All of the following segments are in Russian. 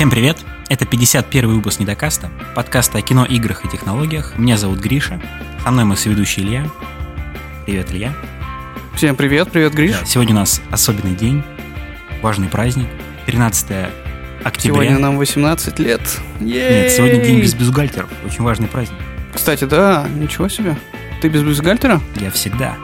Всем привет! Это 51-й выпуск Недокаста, подкаста о кино, играх и технологиях. Меня зовут Гриша, со мной мой соведущий Илья. Привет, Илья. Всем привет, Гриш. Да, сегодня у нас особенный день, важный праздник, 13 октября. Сегодня нам 18 лет. Нет, сегодня день без бюстгальтеров, очень важный праздник. Кстати, да, ничего себе. Ты без бюстгальтера? Я всегда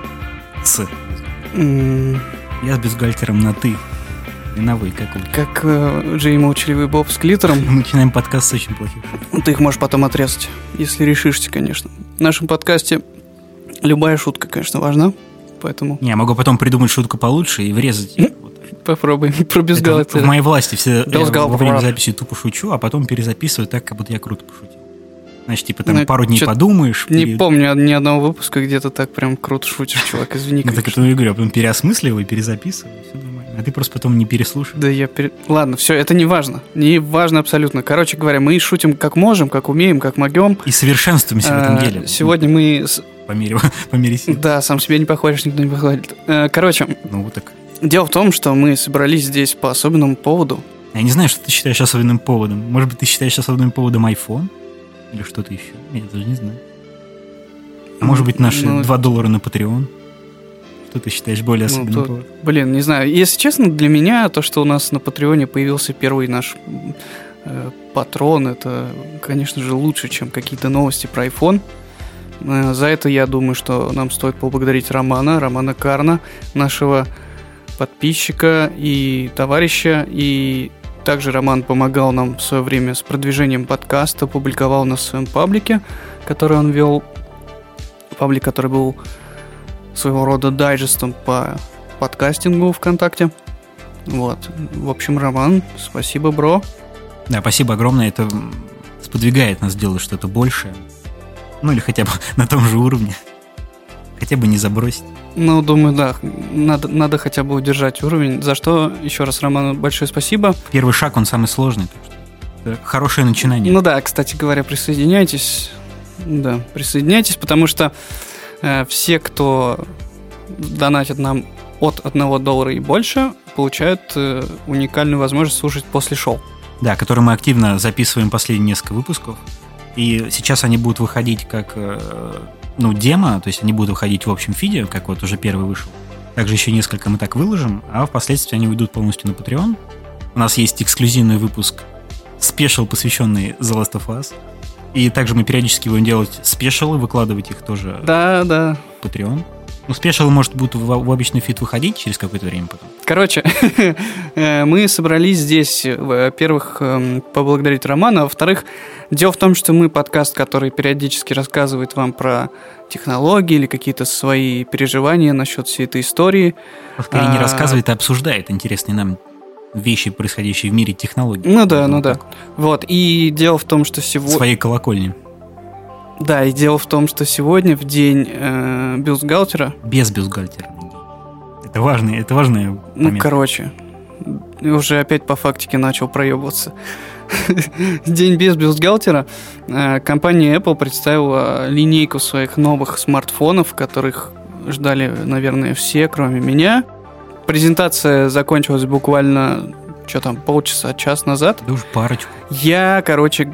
Я с бюстгальтером на «ты». И на «вы», как он. Как Джей Молчаливый Боб с клитором. Мы начинаем подкаст с очень плохих. Ты их можешь потом отрезать, если решишься, конечно. В нашем подкасте любая шутка, конечно, важна, поэтому... Не, я могу потом придумать шутку получше и врезать ее. Попробуй про бюстгальтер. В моей власти все во время записи тупо шучу, а потом перезаписываю так, как будто я круто пошутил. Значит, типа там пару дней подумаешь. Не помню ни одного выпуска, где ты так прям круто шутишь, чувак, извини. Ну так это я говорю, а потом переосмысливаю, перезаписываю, все нормально. А ты просто потом не переслушаешь. Да Ладно, все, это не важно. Не важно абсолютно. Короче говоря, мы шутим как можем, как умеем, как могем. И совершенствуемся в этом деле. Сегодня мы... По мере сил. Да, сам себе не похвалишь, никто не похвалит. Короче, ну вот так. Дело в том, что мы собрались здесь по особенному поводу. Я не знаю, что ты считаешь особенным поводом. Может быть, ты считаешь особенным поводом iPhone? Или что-то еще? Я даже не знаю. А может быть, наши $2 на Patreon? Что ты считаешь более особенным поводом? Блин, не знаю. Если честно, для меня то, что у нас на Патреоне появился первый наш патрон, это, конечно же, лучше, чем какие-то новости про iPhone. За это я думаю, что нам стоит поблагодарить Романа Карна, нашего подписчика и товарища. И также Роман помогал нам в свое время с продвижением подкаста, публиковал нас в своем паблике, который он вел. Паблик, который был своего рода дайджестом по подкастингу ВКонтакте. Вот. В общем, Роман, спасибо, бро. Да, спасибо огромное. Это сподвигает нас делать что-то большее. Ну, или хотя бы на том же уровне. Хотя бы не забросить. Ну, думаю, да. Надо хотя бы удержать уровень. За что, еще раз, Роману большое спасибо. Первый шаг, он самый сложный. Так что это хорошее начинание. Ну да, кстати говоря, присоединяйтесь. Да, присоединяйтесь, потому что все, кто донатит нам от $1 и больше, получают уникальную возможность слушать после шоу. Да, который мы активно записываем последние несколько выпусков. И сейчас они будут выходить как демо, то есть они будут выходить в общем фиде, как вот уже первый вышел. Также еще несколько мы так выложим, а впоследствии они уйдут полностью на Patreon. У нас есть эксклюзивный выпуск спешл, посвященный The Last of Us. И также мы периодически будем делать спешалы, выкладывать их тоже в Patreon. Ну, спешалы, может, будут в обычный фид выходить через какое-то время потом. Короче, мы собрались здесь, во-первых, поблагодарить Романа, а во-вторых, дело в том, что мы подкаст, который периодически рассказывает вам про технологии или какие-то свои переживания насчет всей этой истории. Скорее не рассказывает, а обсуждает интересные нам вещи, происходящие в мире технологий. Ну да. Вот, и дело в том, что сегодня... Своей колокольни. Да, и дело в том, что сегодня, в день бюстгальтера... Без бюстгальтера. Это важный момент. Ну, короче, уже опять по фактике начал проебываться. День без бюстгальтера. Компания Apple представила линейку своих новых смартфонов, которых ждали, наверное, все, кроме меня. Презентация закончилась буквально, полчаса, час назад. Да уж парочку. Я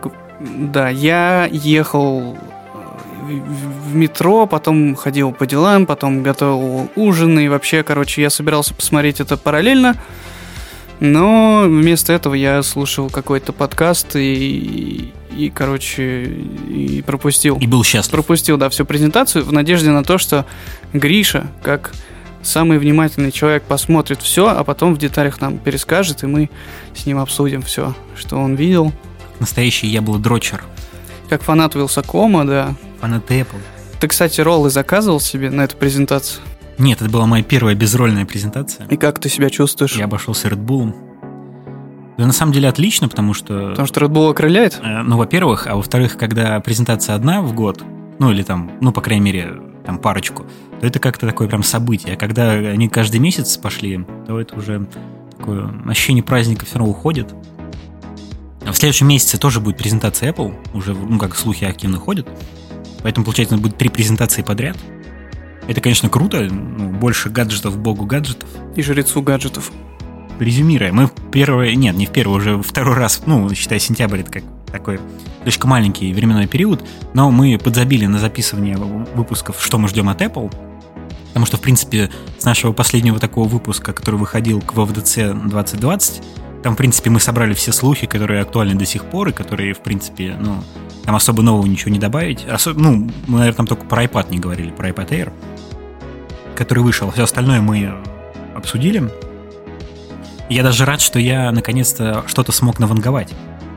ехал в метро, потом ходил по делам, потом готовил ужин, и вообще, я собирался посмотреть это параллельно, но вместо этого я слушал какой-то подкаст и пропустил. И был счастлив. Пропустил, всю презентацию в надежде на то, что Гриша, как самый внимательный человек, посмотрит все, а потом в деталях нам перескажет, и мы с ним обсудим все, что он видел. Настоящий яблодрочер. Как фанат Вилсакома, да. Фанат Apple. Ты, кстати, роллы заказывал себе на эту презентацию? Нет, это была моя первая безрольная презентация. И как ты себя чувствуешь? Я обошелся Red Bull'ом. Да, на самом деле отлично, потому что Red Bull окрыляет? Во-первых, а во-вторых, когда презентация одна в год, или по крайней мере, парочку, то это как-то такое прям событие. А когда они каждый месяц пошли, то это уже такое ощущение праздника все равно уходит. В следующем месяце тоже будет презентация Apple, уже, слухи активно ходят. Поэтому, получается, будет 3 презентации подряд. Это, конечно, круто. Больше гаджетов, богу гаджетов. И жрецу гаджетов. резюмируя, мы уже второй раз, считай, сентябрь, это как такой слишком маленький временной период, но мы подзабили на записывание выпусков, что мы ждем от Apple, потому что, в принципе, с нашего последнего такого выпуска, который выходил к WWDC 2020, там, в принципе, мы собрали все слухи, которые актуальны до сих пор, и которые, в принципе, там особо нового ничего не добавить. Мы, наверное, там только про iPad не говорили, про iPad Air, который вышел. Все остальное мы обсудили. И я даже рад, что я, наконец-то, что-то смог наванговать.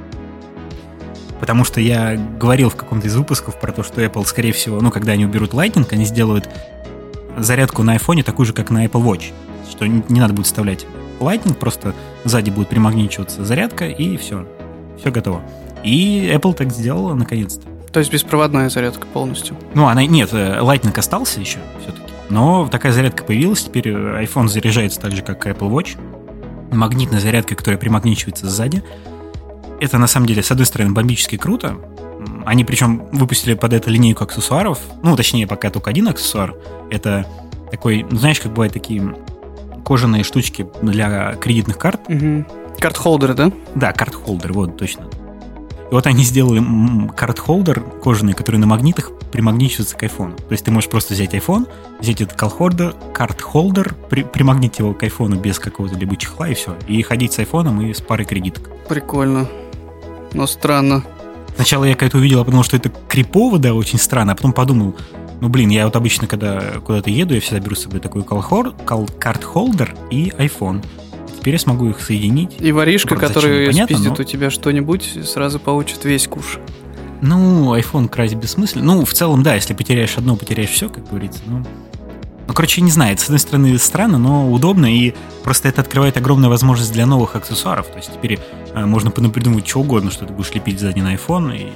Потому что я говорил в каком-то из выпусков про то, что Apple, скорее всего, когда они уберут Lightning, они сделают зарядку на iPhone такую же, как на Apple Watch. Что не надо будет вставлять Lightning, просто сзади будет примагничиваться зарядка, и все. Все готово. И Apple так сделала, наконец-то. То есть беспроводная зарядка полностью? Нет, Lightning остался еще все-таки. Но такая зарядка появилась. Теперь iPhone заряжается так же, как и Apple Watch. Магнитная зарядка, которая примагничивается сзади. Это, на самом деле, с одной стороны, бомбически круто. Они, причем, выпустили под это линейку аксессуаров. Точнее, пока только один аксессуар. Это такой, знаешь, как бывают такие кожаные штучки для кредитных карт. Угу. Карт-холдеры, да? Да, карт-холдер, вот, точно. И вот они сделали карт-холдер кожаный, который на магнитах примагничивается к айфону. То есть ты можешь просто взять iPhone, взять этот карт-холдер, примагнить его к айфону без какого-то либо чехла, и все. И ходить с айфоном и с парой кредиток. Прикольно. Но странно. Сначала я когда-то увидел, потому что это крипово, да, очень странно, а потом подумал, я вот обычно, когда куда-то еду, я всегда беру с собой такой карт-холдер и iPhone. Теперь я смогу их соединить. И воришка, который спиздит у тебя что-нибудь, сразу получит весь куш. iPhone красть бессмысленно. В целом, да, если потеряешь одно, потеряешь все, как говорится. Короче, не знаю, с одной стороны странно, но удобно, и просто это открывает огромную возможность для новых аксессуаров. То есть теперь можно придумать что угодно, что ты будешь лепить сзади на iPhone, и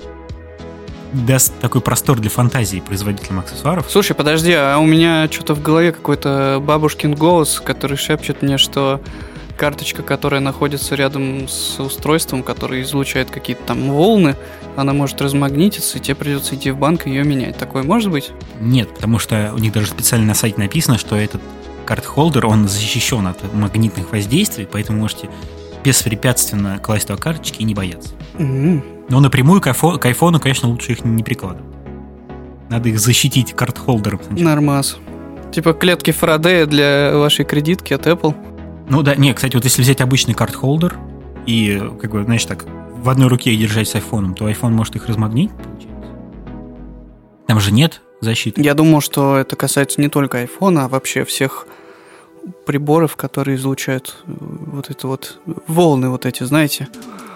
даст такой простор для фантазии производителям аксессуаров. Слушай, подожди, а у меня что-то в голове какой-то бабушкин голос, который шепчет мне, что карточка, которая находится рядом с устройством, которое излучает какие-то там волны, она может размагнититься, и тебе придется идти в банк и ее менять. Такое может быть? Нет, потому что у них даже специально на сайте написано, что этот карт-холдер, он защищен от магнитных воздействий, поэтому можете беспрепятственно класть туда карточки и не бояться. Но напрямую к айфону, конечно, лучше их не прикладывать. Надо их защитить карт-холдером сначала. Нормас. Типа клетки Фарадея для вашей кредитки от Apple. Кстати, вот если взять обычный карт-холдер и, так, в одной руке держать с айфоном, то iPhone может их размагнитить, получается. Там же нет защиты. Я думал, что это касается не только айфона, а вообще всех приборов, которые излучают вот это вот волны вот эти, знаете.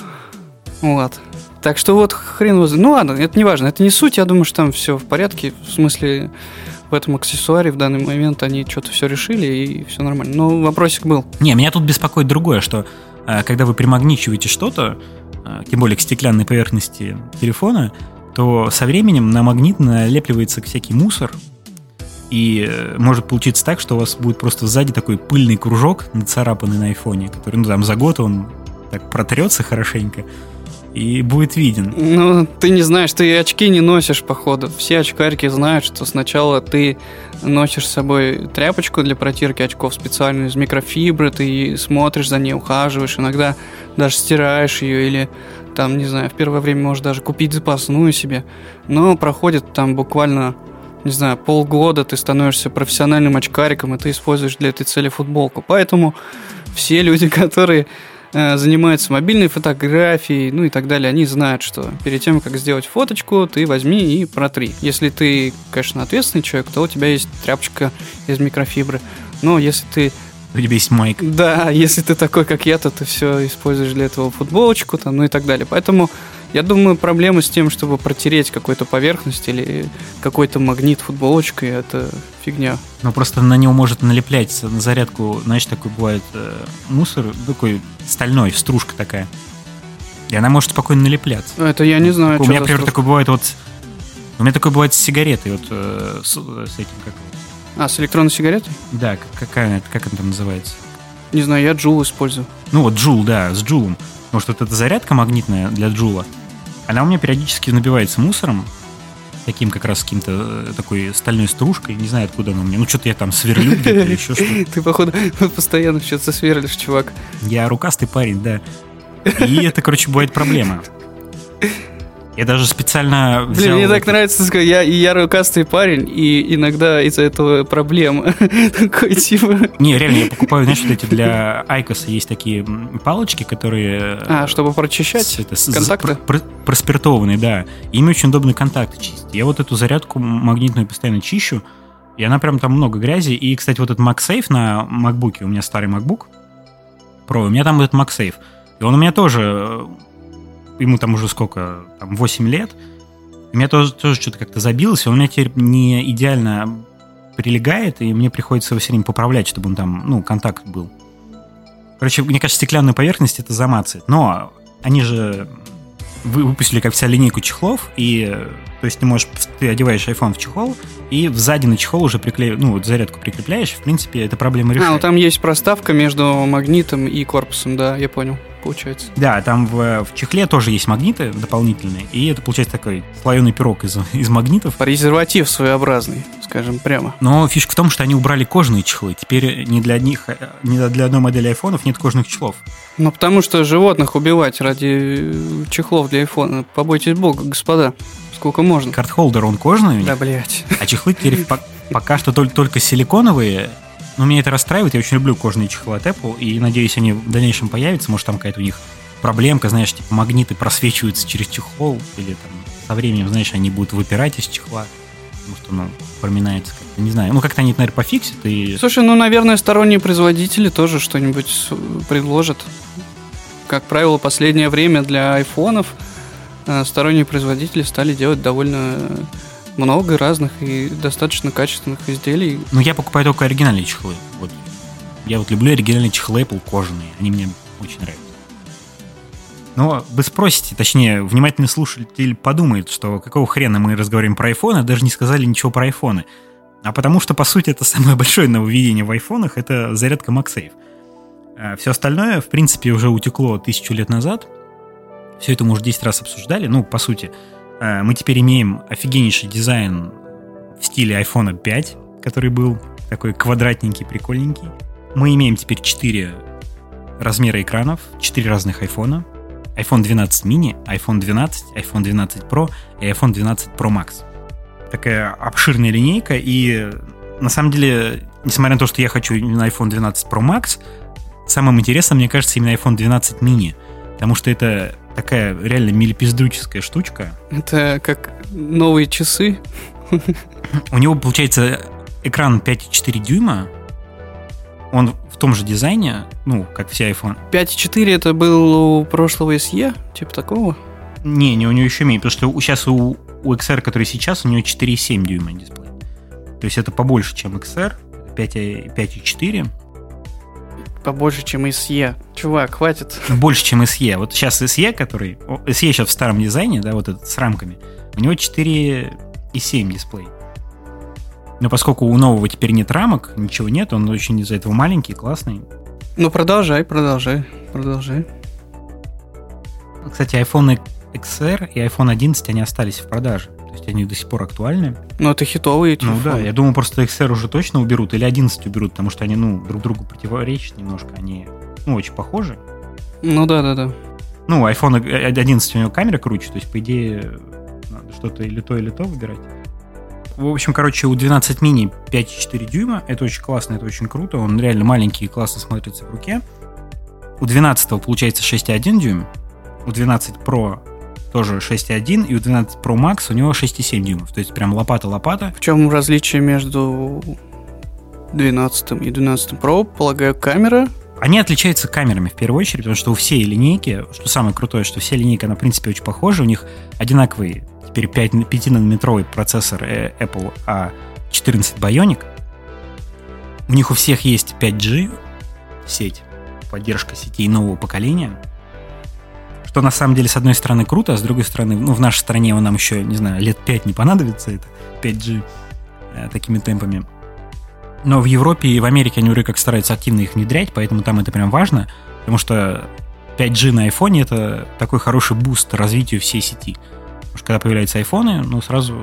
Вот. Так что вот хрен возьми. Ладно, это не важно, это не суть, я думаю, что там все в порядке, в смысле в этом аксессуаре в данный момент они что-то все решили и все нормально. Но вопросик был. Меня тут беспокоит другое, что когда вы примагничиваете что-то, тем более к стеклянной поверхности телефона, то со временем на магнит налепливается всякий мусор, и может получиться так, что у вас будет просто сзади такой пыльный кружок, нацарапанный на айфоне, который там за год он так протрется хорошенько, и будет виден. Ты не знаешь, ты очки не носишь, походу. Все очкарики знают, что сначала ты носишь с собой тряпочку для протирки очков специальную из микрофибры, ты смотришь за ней, ухаживаешь, иногда даже стираешь ее или там, не знаю, в первое время можешь даже купить запасную себе. Но проходит там буквально, не знаю, полгода, ты становишься профессиональным очкариком, и ты используешь для этой цели футболку. Поэтому все люди, которые занимаются мобильной фотографией, и так далее, они знают, что перед тем, как сделать фоточку, ты возьми и протри. Если ты, конечно, ответственный человек, то у тебя есть тряпочка из микрофибры. Но если ты... У тебя есть майк. Да, если ты такой, как я, то ты все используешь для этого футболочку, и так далее. Поэтому я думаю, проблема с тем, чтобы протереть какую-то поверхность или какой-то магнит футболочкой, это фигня. Просто на него может налеплять на зарядку, знаешь, такой бывает мусор, такой стальной, стружка такая. И она может спокойно налепляться. Это я не знаю, что. У меня, например, такое бывает у меня такое бывает с сигаретой, с этим как. С электронной сигаретой? Да, как она там называется? Не знаю, я Джул использую. Джул, да, с Джулом. Потому что вот эта зарядка магнитная для Джула, она у меня периодически набивается мусором. таким как раз каким-то такой стальной стружкой, не знаю, откуда она у меня. Ну, что-то я там сверлю где-то или еще что-то. Ты, походу, постоянно что-то сверлишь, чувак. Я рукастый парень, да. И это, короче, бывает проблема. Я даже специально взял... Блин, мне так нравится, что я рукастый парень, и иногда из-за этого проблема. Такой, типа... Не, реально, я покупаю, знаешь, вот эти для Айкоса есть такие палочки, которые... чтобы прочищать контакты? Проспиртованные, да. И ими очень удобно контакты чистить. Я вот эту зарядку магнитную постоянно чищу, и она прям там много грязи. И, кстати, вот этот MagSafe на MacBook, у меня старый MacBook Pro, у меня там этот MagSafe. И он у меня тоже... Ему там уже сколько? Там 8 лет. У меня тоже что-то как-то забилось, и он у меня теперь не идеально прилегает, и мне приходится его все время поправлять, чтобы он там, контакт был. Короче, мне кажется, стеклянную поверхность это замацает. Но они же выпустили как вся линейку чехлов, и то есть ты одеваешь iPhone в чехол, и сзади на чехол уже зарядку прикрепляешь, в принципе, эта проблема решается. Там есть проставка между магнитом и корпусом, да, я понял. Получается. Да, там в чехле тоже есть магниты дополнительные, и это получается такой слоеный пирог из магнитов. Презерватив своеобразный, скажем прямо. Но фишка в том, что они убрали кожаные чехлы. Теперь ни для одной модели айфонов нет кожаных чехлов. Потому что животных убивать ради чехлов для айфона. Побойтесь бога, господа. Сколько можно. Карт-холдер, он кожаный? Да, блядь. А чехлы теперь пока что только силиконовые. Но меня это расстраивает, я очень люблю кожаные чехлы от Apple, и надеюсь, они в дальнейшем появятся, может, там какая-то у них проблемка, знаешь, типа магниты просвечиваются через чехол, или там со временем, знаешь, они будут выпирать из чехла, потому что, проминается как-то, не знаю, как-то они это, наверное, пофиксят. Слушай, наверное, сторонние производители тоже что-нибудь предложат. Как правило, последнее время для айфонов сторонние производители стали делать довольно... много разных и достаточно качественных изделий. Я покупаю только оригинальные чехлы. Я люблю оригинальные чехлы Apple кожаные. Они мне очень нравятся. Но вы спросите, точнее, внимательный слушатель подумает, что какого хрена мы разговариваем про айфоны, даже не сказали ничего про айфоны. А потому что, по сути, это самое большое нововведение в айфонах, это зарядка MagSafe. Все остальное, в принципе, уже утекло 1000 лет назад. Все это мы уже 10 раз обсуждали. По сути... Мы теперь имеем офигеннейший дизайн в стиле iPhone 5, который был такой квадратненький, прикольненький. Мы имеем теперь 4 размера экранов, 4 разных iPhone. iPhone 12 mini, iPhone 12, iPhone 12 Pro и iPhone 12 Pro Max. Такая обширная линейка, и на самом деле, несмотря на то, что я хочу именно iPhone 12 Pro Max, самым интересным, мне кажется, именно iPhone 12 mini, потому что это... такая реально милипиздрюческая штучка. Это как новые часы. У него, получается, экран 5,4 дюйма. Он в том же дизайне, как все iPhone. 5,4 это был у прошлого SE? Типа такого? Не, у него еще меньше, потому что сейчас у XR, который сейчас, у него 4,7 дюйма дисплей. То есть это побольше, чем XR. 5,4. Побольше, чем SE. Чувак, хватит. Больше, чем SE. Вот сейчас SE, который... SE сейчас в старом дизайне, да, вот этот с рамками, у него 4,7 дисплей. Но поскольку у нового теперь нет рамок, ничего нет, он очень из-за этого маленький, классный. Продолжай. Кстати, iPhone XR и iPhone 11, они остались в продаже. То есть они до сих пор актуальны. Это хитовые телефоны. Да, я думаю, просто XR уже точно уберут, или 11 уберут, потому что они, друг другу противоречат немножко. Они, очень похожи. Да. iPhone 11 у него камера круче, то есть, по идее, надо что-то или то выбирать. В общем, у 12 mini 5,4 дюйма. Это очень классно, это очень круто. Он реально маленький и классно смотрится в руке. У 12 получается 6,1 дюйм. У 12 Pro тоже 6,1. И у 12 Pro Max у него 6,7 дюймов. То есть прям лопата-лопата. В чем различие между 12 и 12 Pro? Полагаю, камера. Они отличаются камерами в первую очередь, потому что у всей линейки, что самое крутое, что вся линейка, она в принципе очень похожа. У них одинаковый теперь 5-нанометровый процессор Apple A14 Bionic. У них у всех есть 5G сеть, поддержка сетей нового поколения. Что на самом деле с одной стороны круто, а с другой стороны, в нашей стране нам еще, не знаю, лет 5 не понадобится, это 5G такими темпами. Но в Европе и в Америке они уже как стараются активно их внедрять, поэтому там это прям важно, потому что 5G на айфоне — это такой хороший буст развитию всей сети. Потому что когда появляются айфоны, сразу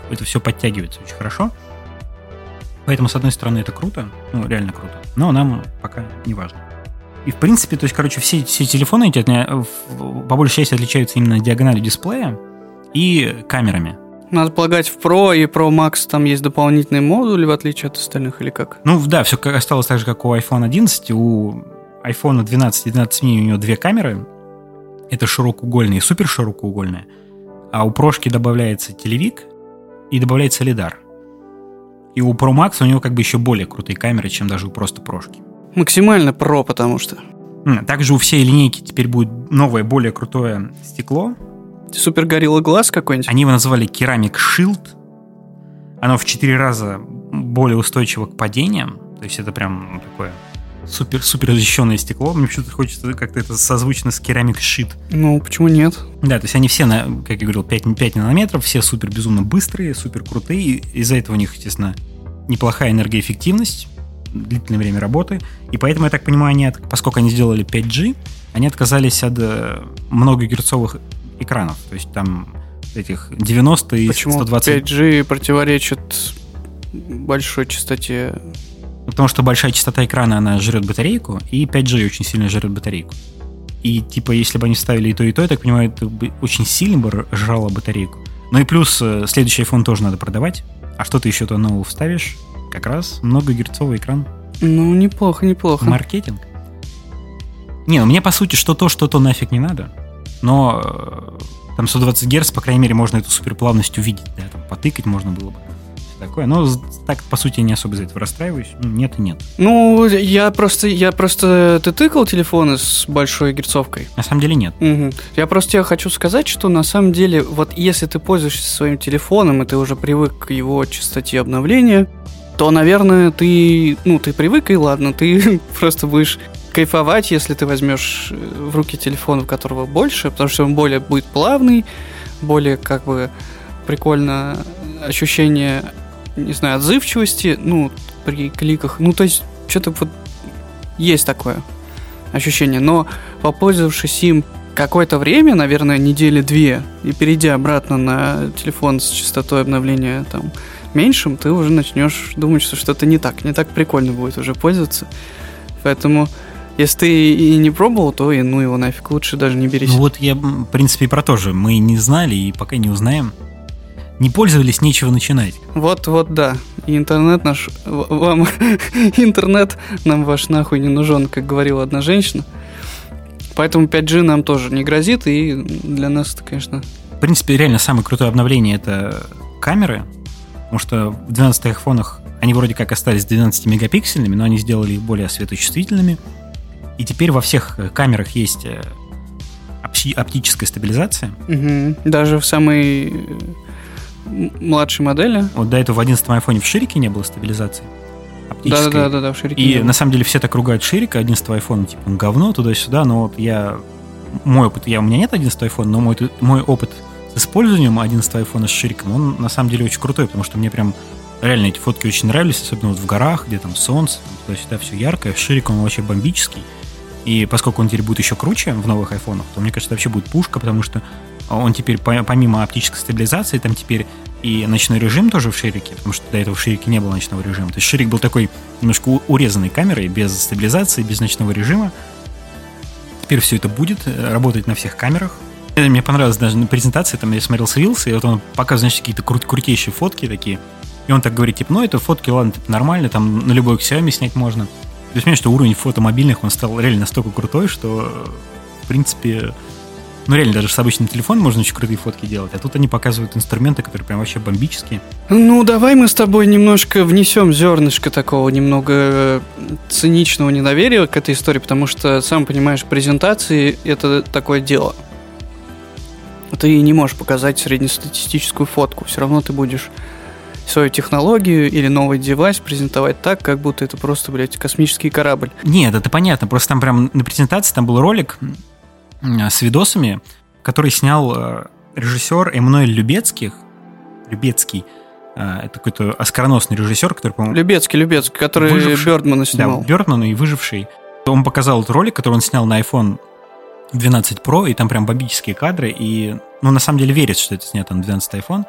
это все подтягивается очень хорошо. Поэтому, с одной стороны, это круто, ну, реально круто, но нам пока не важно. И, в принципе, то есть, короче, все телефоны эти по большей части отличаются именно диагональю дисплея и камерами. Надо полагать, в Pro и Pro Max там есть дополнительные модули, в отличие от остальных, или как? Ну, да, все осталось так же, как у iPhone 11. У iPhone 12 и 12 mini у него две камеры. Это широкоугольная и суперширокоугольная. А у Прошки добавляется телевик и добавляется лидар. И у Pro Max у него как бы еще более крутые камеры, чем даже у просто Прошки. Максимально Pro, потому что. Также у всей линейки теперь будет новое, более крутое стекло. Супер Gorilla Glass какой-нибудь? Они его назвали Ceramic Shield. Оно в 4 раза более устойчиво к падениям. То есть это прям такое супер защищенное стекло. Мне почему-то хочется как-то это созвучно с Ceramic Sheet. Ну, почему нет? Да, то есть они все, как я говорил, 5 нанометров, все супер безумно быстрые, супер крутые. Из-за этого у них, естественно, неплохая энергоэффективность, длительное время работы. И поэтому, я так понимаю, поскольку они сделали 5G, они отказались от многогерцовых экранов. То есть там этих 90 и 120. Почему 5G противоречит большой частоте? Потому что большая частота экрана, она жрет батарейку, и 5G очень сильно жрет батарейку. И типа, если бы они вставили и то, я так понимаю, это бы очень сильно бы жрало батарейку. Ну и плюс следующий iPhone тоже надо продавать. А что ты еще то нового вставишь? Как раз многогерцовый экран. Ну, неплохо. Маркетинг. Не, ну мне по сути что-то нафиг не надо. Но там 120 Гц, по крайней мере, можно эту суперплавность увидеть. Да, там потыкать можно было бы. Все такое. Но так, по сути, я не особо за это расстраиваюсь. Нет и нет. Ну, я просто... Ты тыкал телефоны с большой герцовкой? На самом деле нет. Угу. Я просто тебе хочу сказать, что на самом деле, вот если ты пользуешься своим телефоном, и ты уже привык к его частоте обновления, то, наверное, ты привык, и ладно, ты просто будешь кайфовать, если ты возьмешь в руки телефон, у которого больше, потому что он более будет плавный, более как бы прикольно ощущение, не знаю, отзывчивости, при кликах. То есть что-то вот есть такое ощущение. Но попользовавшись им какое-то время, наверное, недели 2, и перейдя обратно на телефон с частотой обновления там меньшим, ты уже начнешь думать, что что-то не так прикольно будет уже пользоваться. Поэтому, если ты и не пробовал, то и его нафиг, лучше даже не берись. Ну вот я, в принципе, и про то же. Мы не знали и пока не узнаем. Не пользовались, нечего начинать. Вот, да. И интернет наш... Вам интернет нам ваш нахуй не нужен, как говорила одна женщина. Поэтому 5G нам тоже не грозит, и для нас это, конечно... В принципе, реально самое крутое обновление — это камеры. Потому что в 12 айфонах они вроде как остались 12-мегапиксельными, но они сделали их более светочувствительными. И теперь во всех камерах есть оптическая стабилизация. Угу. Даже в самой младшей модели. Вот до этого в 11 айфоне в ширике не было стабилизации оптической. Да, в ширике. И на самом деле все так ругают ширика 11 айфона, типа говно туда-сюда, но вот мой опыт, у меня нет 11 айфона, но мой опыт с использованием 11 айфона с шириком, он на самом деле очень крутой, потому что мне прям реально эти фотки очень нравились, особенно вот в горах, где там солнце, туда-сюда все яркое. Ширик он вообще бомбический. И поскольку он теперь будет еще круче в новых айфонах, то, мне кажется, вообще будет пушка, потому что он теперь, помимо оптической стабилизации, там теперь и ночной режим тоже в ширике, потому что до этого в ширике не было ночного режима. То есть ширик был такой немножко урезанной камерой, без стабилизации, без ночного режима. Теперь все это будет работать на всех камерах. Мне понравилось даже на презентации, там я смотрел с Reels, и вот он показывает, значит, какие-то крутейшие фотки такие. И он так говорит, типа, это фотки, ладно, типа, нормально, там на любой Xiaomi снять можно. То есть, понимаешь, что уровень фотомобильных, он стал реально настолько крутой, что, в принципе, реально даже с обычным телефоном можно очень крутые фотки делать. А тут они показывают инструменты, которые прям вообще бомбические. Давай мы с тобой немножко внесем зернышко такого немного циничного недоверия к этой истории, потому что, сам понимаешь, презентации — это такое дело. Ты не можешь показать среднестатистическую фотку. Все равно ты будешь свою технологию или новый девайс презентовать так, как будто это просто, космический корабль. Нет, это понятно. Просто там прям на презентации там был ролик с видосами, который снял режиссер Эммануэль Любецкий. Это какой-то оскароносный режиссер, который, по-моему... Любецкий, который Бёрдмана снимал. Да, Бёрдмана и «Выживший». Он показал этот ролик, который он снял на iPhone 12 Pro, и там прям бомбические кадры, и, на самом деле верится, что это снято на 12 iPhone.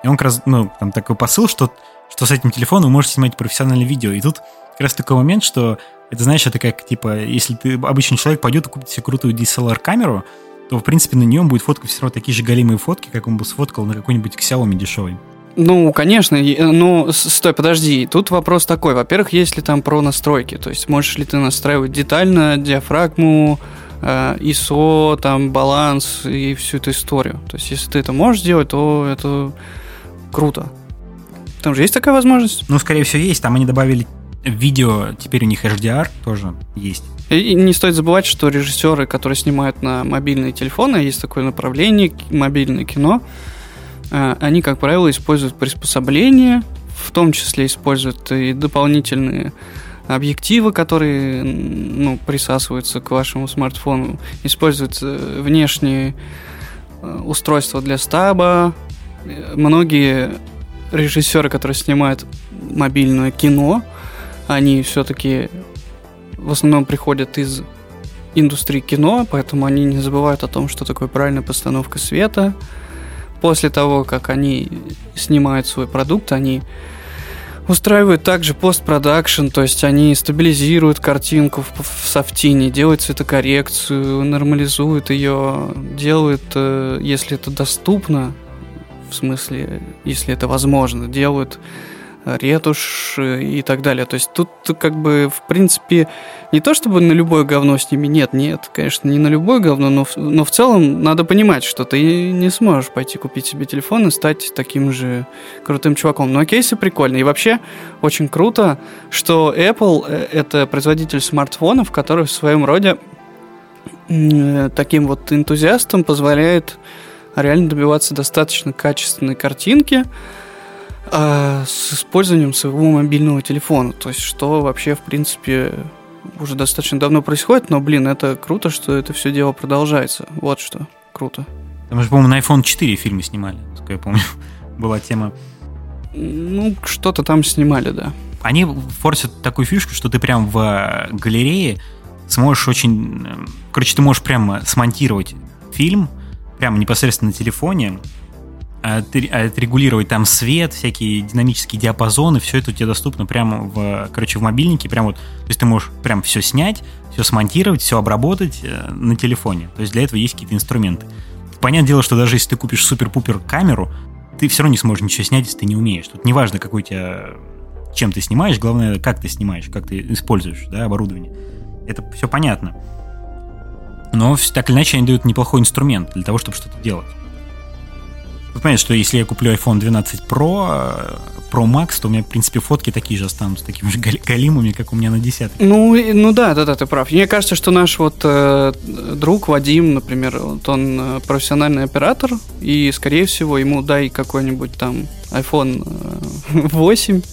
И он как раз, там такой посыл, что с этим телефоном вы можете снимать профессиональное видео. И тут как раз такой момент, что это, знаешь, это как, типа, если ты обычный человек пойдет и купит себе крутую DSLR-камеру, то, в принципе, на нее он будет фоткать все равно такие же голимые фотки, как он бы сфоткал на какой-нибудь Xiaomi дешевый. Ну, конечно, стой, подожди, тут вопрос такой. Во-первых, есть ли там про настройки, то есть можешь ли ты настраивать детально диафрагму, ISO, там, баланс и всю эту историю. То есть если ты это можешь делать, то это круто. Там же есть такая возможность? Ну, скорее всего, есть. Там они добавили видео, теперь у них HDR тоже есть. И не стоит забывать, что режиссеры, которые снимают на мобильные телефоны, есть такое направление, мобильное кино, они, как правило, используют приспособления, в том числе используют и дополнительные объективы, которые присасываются к вашему смартфону, используют внешние устройства для стаба. Многие режиссеры, которые снимают мобильное кино, они все-таки в основном приходят из индустрии кино, поэтому они не забывают о том, что такое правильная постановка света. После того, как они снимают свой продукт, они устраивают также постпродакшн, то есть они стабилизируют картинку в софтине, делают цветокоррекцию, нормализуют ее, делают, если это доступно, в смысле, если это возможно, делают ретушь и так далее. То есть тут как бы, в принципе, не то чтобы на любое говно с ними нет, конечно, не на любое говно, но в целом надо понимать, что ты не сможешь пойти купить себе телефон и стать таким же крутым чуваком. Но кейсы прикольные. И вообще очень круто, что Apple — это производитель смартфонов, который в своем роде таким вот энтузиастам позволяет реально добиваться достаточно качественной картинки с использованием своего мобильного телефона. То есть, что вообще, в принципе, уже достаточно давно происходит, но, это круто, что это все дело продолжается. Вот что круто. Там же, по-моему, на iPhone 4 фильмы снимали, насколько я помню. Была тема. Что-то там снимали, да. Они форсят такую фишку, что ты прям в галерее сможешь очень... Короче, ты можешь прямо смонтировать фильм прямо непосредственно на телефоне, отрегулировать там свет, всякие динамические диапазоны, все это у тебя доступно прямо в мобильнике, прям вот, то есть ты можешь прям все снять, все смонтировать, все обработать на телефоне. То есть для этого есть какие-то инструменты. Понятное дело, что даже если ты купишь супер-пупер камеру, ты все равно не сможешь ничего снять, если ты не умеешь. Тут неважно, чем ты снимаешь, главное, как ты снимаешь, как ты используешь, да, оборудование. Это все понятно. Но так или иначе они дают неплохой инструмент для того, чтобы что-то делать. Вы понимаете, что если я куплю iPhone 12 Pro Max, то у меня, в принципе, фотки такие же останутся, такими же галимыми, как у меня на 10. Ну да, ты прав. Мне кажется, что наш друг Вадим, например, он профессиональный оператор, и, скорее всего, ему дай какой-нибудь там iPhone 8,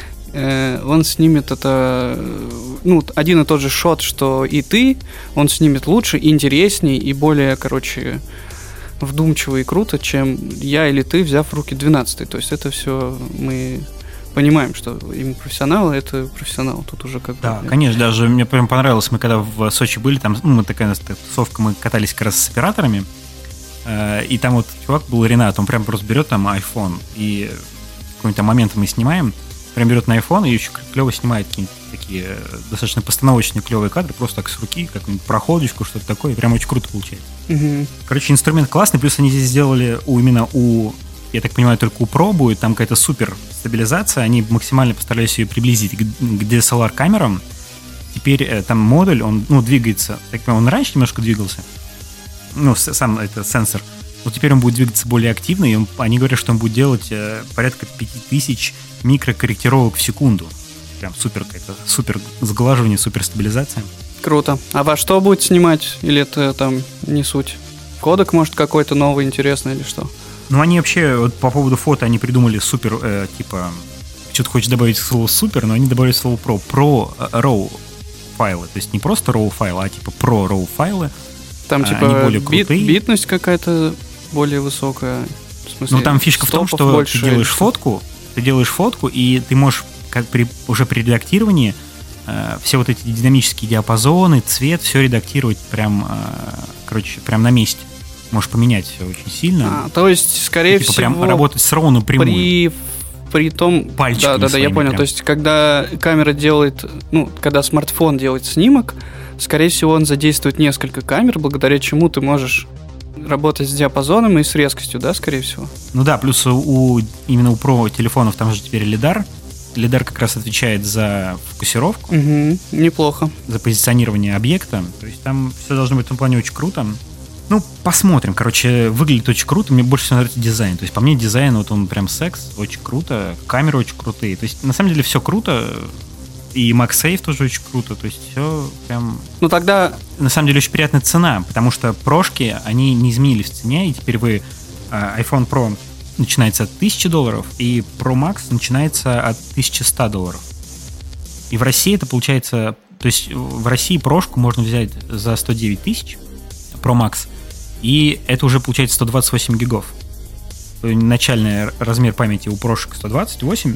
он снимет это, один и тот же шот, что и ты, он снимет лучше, интересней и более, вдумчиво и круто, чем я или ты, взяв в руки 12-й. То есть это все мы понимаем, что именно профессионал — это профессионал. Тут уже Да, конечно, даже мне прям понравилось, мы когда в Сочи были, там, такая тусовка, мы катались как раз с операторами, и там вот чувак был, Ренат, он прям просто берет там iPhone, и в какой-то момент мы снимаем, прям берет на iPhone и очень клево снимает какие-нибудь такие достаточно постановочные клевые кадры, просто так с руки, какую-нибудь проходочку, что-то такое, и прям очень круто получается. Угу. Короче, инструмент классный, плюс они здесь сделали я так понимаю, только у Pro будет там какая-то супер стабилизация, они максимально постарались ее приблизить к DSLR-камерам. Теперь там модуль, он двигается, так понимаю, он раньше немножко двигался, сам это сенсор, но теперь он будет двигаться более активно, и они говорят, что он будет делать порядка 5000 микрокорректировок в секунду. Прям супер сглаживание, супер стабилизация. Круто. А во что будет снимать? Или это там не суть? Кодек, может, какой-то новый, интересный или что? Они вообще, по поводу фото, они придумали супер, что-то хочешь добавить слово супер, но они добавили слово про RAW файлы. То есть не просто RAW файлы, а про RAW файлы. Там они более крутые. Битность какая-то более высокая. В смысле, там фишка в том, что больше, ты делаешь фотку, и ты можешь уже при редактировании все вот эти динамические диапазоны, цвет, все редактировать прям на месте. можешь поменять все очень сильно. То есть, скорее всего... прям работать с RAW напрямую. При том... Пальчиками Да, я понял. Прям. То есть, когда камера делает... когда смартфон делает снимок, скорее всего, он задействует несколько камер, благодаря чему ты можешь работать с диапазоном и с резкостью, да, скорее всего? Ну да, плюс именно у Pro телефонов там же теперь лидар. Лидар как раз отвечает за фокусировку. Угу, неплохо. За позиционирование объекта. То есть там все должно быть в этом плане очень круто. Ну, посмотрим. Короче, выглядит очень круто. Мне больше всего нравится дизайн. То есть, по мне, дизайн, вот он прям секс. Очень круто. Камеры очень крутые. То есть, на самом деле, все круто. И MagSafe тоже очень круто. То есть, все прям... Ну, тогда... На самом деле, очень приятная цена. Потому что прошки, они не изменились в цене. И теперь вы... iPhone Pro начинается от $1000. И Pro Max начинается от $1100. И в России это получается... То есть, в России прошку можно взять за 109 тысяч. Pro Max. И это уже получается 128 гигов. Начальный размер памяти у прошек 128.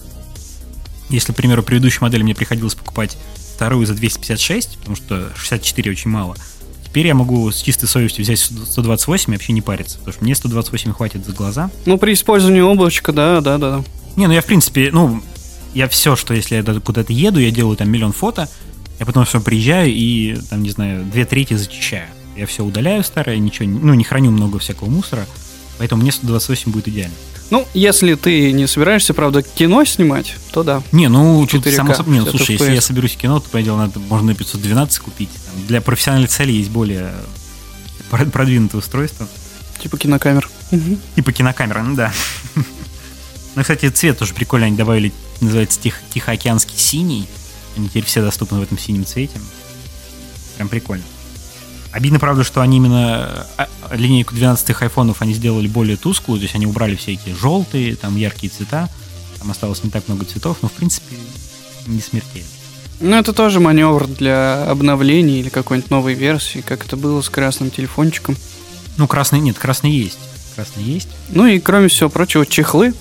Если, к примеру, предыдущей модели мне приходилось покупать вторую за 256, потому что 64 очень мало, теперь я могу с чистой совестью взять 128 и вообще не париться, потому что мне 128 хватит за глаза. Ну, при использовании облачка, да. Не, я в принципе, я все, что если я куда-то еду, я делаю там миллион фото, я потом все приезжаю и, там, не знаю, 2/3 зачищаю. Я все удаляю старое, ничего, не храню много всякого мусора, поэтому мне 128 будет идеально. Ну, если ты не собираешься, правда, кино снимать, то да. Не, что-то само собой. Слушай, если FPS. я соберусь кино, то, по идее, можно на 512 купить. Там, для профессиональных целей есть более продвинутые устройства. Типа кинокамер. Типа кинокамера, да. Ну, кстати, цвет тоже прикольно. Они добавили, называется Тихоокеанский синий. Они теперь все доступны в этом синем цвете. Прям прикольно. Обидно, правда, что они именно линейку 12-х айфонов они сделали более тусклую, то есть они убрали все эти желтые, там яркие цвета, там осталось не так много цветов, но в принципе не смертельно. Ну, это тоже маневр для обновления или какой-нибудь новой версии, как это было с красным телефончиком. Ну, красный есть. Красный есть. Ну и кроме всего прочего, чехлы.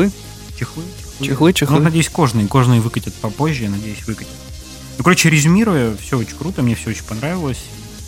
Ну, надеюсь, кожаные выкатят попозже, я надеюсь, выкатят. Ну, короче, резюмируя, все очень круто, мне все очень понравилось.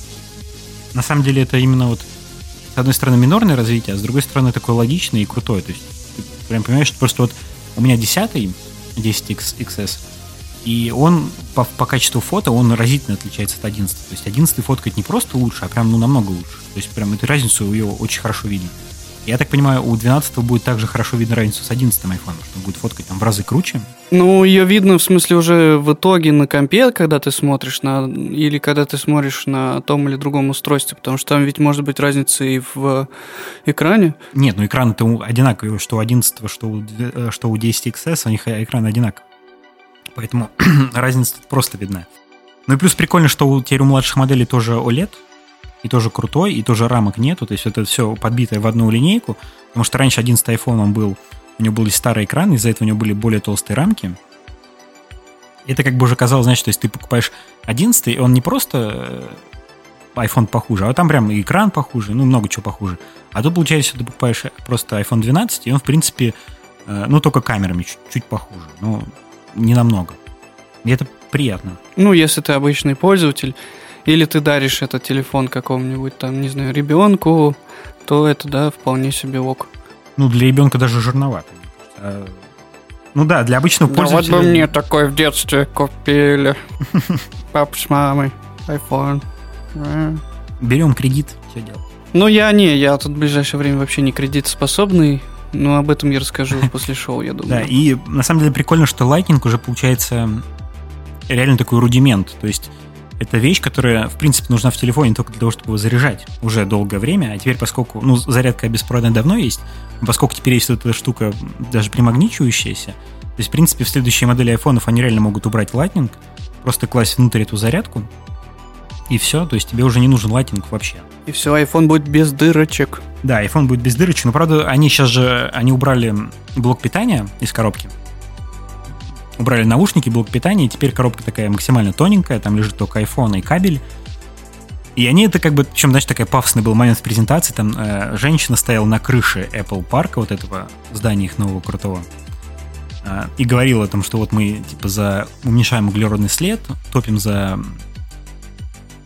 На самом деле это именно вот с одной стороны минорное развитие, а с другой стороны такое логичное и крутое. То есть ты прям понимаешь, что просто вот у меня 10 XS, и он по качеству фото, он разительно отличается от 11. То есть 11 фоткает не просто лучше, а прям намного лучше. То есть прям эту разницу ее очень хорошо видно. Я так понимаю, у 12 будет также хорошо видно разницу с 11 айфоном, что он будет фоткать там в разы круче. Ну, ее видно, в смысле, уже в итоге на компе, когда ты смотришь или когда ты смотришь на том или другом устройстве, потому что там ведь может быть разница и в экране. Нет, экраны-то одинаковые, что у 11, что у 10 XS, у них экраны одинаковые. Поэтому разница тут просто видна. Ну и плюс прикольно, что теперь у младших моделей тоже OLED, и тоже крутой, и тоже рамок нету, то есть это все подбитое в одну линейку, потому что раньше 11 iPhone у него были старые экраны, из-за этого у него были более толстые рамки. Это как бы уже казалось, значит, то есть ты покупаешь 11, и он не просто iPhone похуже, а там прям и экран похуже, много чего похуже. А тут, получается, ты покупаешь просто iPhone 12, и он, в принципе, только камерами чуть похуже, но не намного. И это приятно. Ну, если ты обычный пользователь, или ты даришь этот телефон какому-нибудь там, не знаю, ребенку, то это, да, вполне себе ок. Для ребенка даже жирновато. Да, для обычного пользователя... вот бы мне такой в детстве купили. Папа с мамой. iPhone. Берем кредит, все дело. Я тут в ближайшее время вообще не кредитоспособный, но об этом я расскажу после шоу, я думаю. Да, и на самом деле прикольно, что Lightning уже получается реально такой рудимент, то есть это вещь, которая, в принципе, нужна в телефоне только для того, чтобы его заряжать уже долгое время. А теперь, поскольку, зарядка беспроводная давно есть, поскольку теперь есть эта штука даже примагничивающаяся, то есть, в принципе, в следующей модели айфонов они реально могут убрать Lightning, просто класть внутрь эту зарядку, и все, то есть тебе уже не нужен Lightning вообще. И все, iPhone будет без дырочек. Да, iPhone будет без дырочек, но, правда, они убрали блок питания из коробки. Убрали наушники, блок питания, и теперь коробка такая максимально тоненькая, там лежит только iPhone и кабель. И они это причем, такой пафосный был момент в презентации, там женщина стояла на крыше Apple парка, вот этого здания их нового крутого, и говорила о том, что вот мы, уменьшаем углеродный след, топим за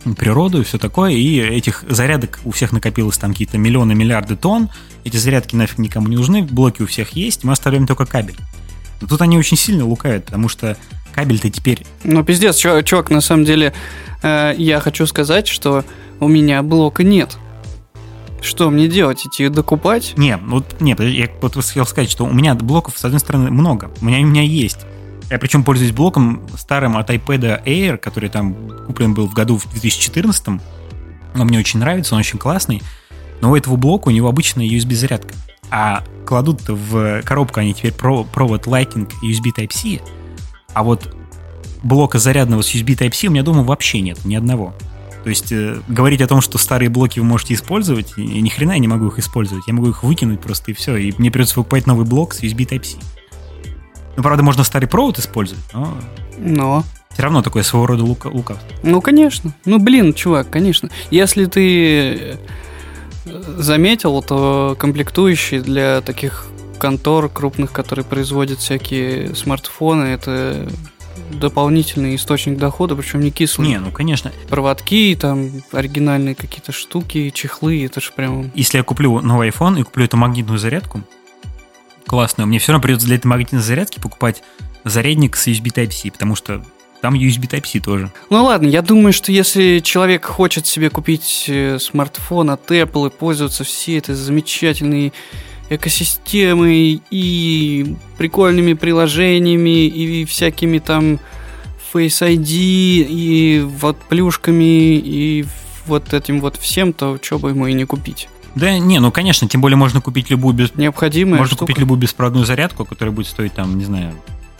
природу и все такое, и этих зарядок у всех накопилось там какие-то миллионы, миллиарды тонн, эти зарядки нафиг никому не нужны, блоки у всех есть, мы оставляем только кабель. Но тут они очень сильно лукавят, потому что кабель-то теперь... Ну, пиздец, чувак, на самом деле, я хочу сказать, что у меня блока нет. Что мне делать? Идти докупать? Нет, я вот хотел сказать, что у меня блоков, с одной стороны, много, у меня есть. Я причем пользуюсь блоком старым от iPad Air, который там куплен был в 2014. Он мне очень нравится, он очень классный. Но у этого блока у него обычная USB-зарядка. А кладут в коробку они теперь провод Lightning USB Type-C. А вот блока зарядного с USB Type-C у меня дома вообще нет, ни одного. То есть говорить о том, что старые блоки вы можете использовать, ни хрена я не могу их использовать. Я могу их выкинуть просто и все. И мне придется покупать новый блок с USB Type-C. Ну, правда, можно старый провод использовать, но... Все равно такое своего рода лукавство. Ну, конечно. Ну, блин, чувак, конечно. Если ты заметил, то комплектующие для таких контор крупных, которые производят всякие смартфоны, это дополнительный источник дохода, причем не кислый. Не, ну, конечно. Проводки, там, оригинальные какие-то штуки, чехлы, это же прям... Если я куплю новый iPhone и куплю эту магнитную зарядку, классную, мне все равно придется для этой магнитной зарядки покупать зарядник с USB Type-C, потому что там USB Type-C тоже. Ну ладно, я думаю, что если человек хочет себе купить смартфон от Apple и пользоваться всей этой замечательной экосистемой и прикольными приложениями и всякими там Face ID и вот плюшками и вот этим вот всем, то что бы ему и не купить. Да, не, ну, конечно, тем более можно купить любую необходимую купить любую беспроводную зарядку, которая будет стоить, там, не знаю,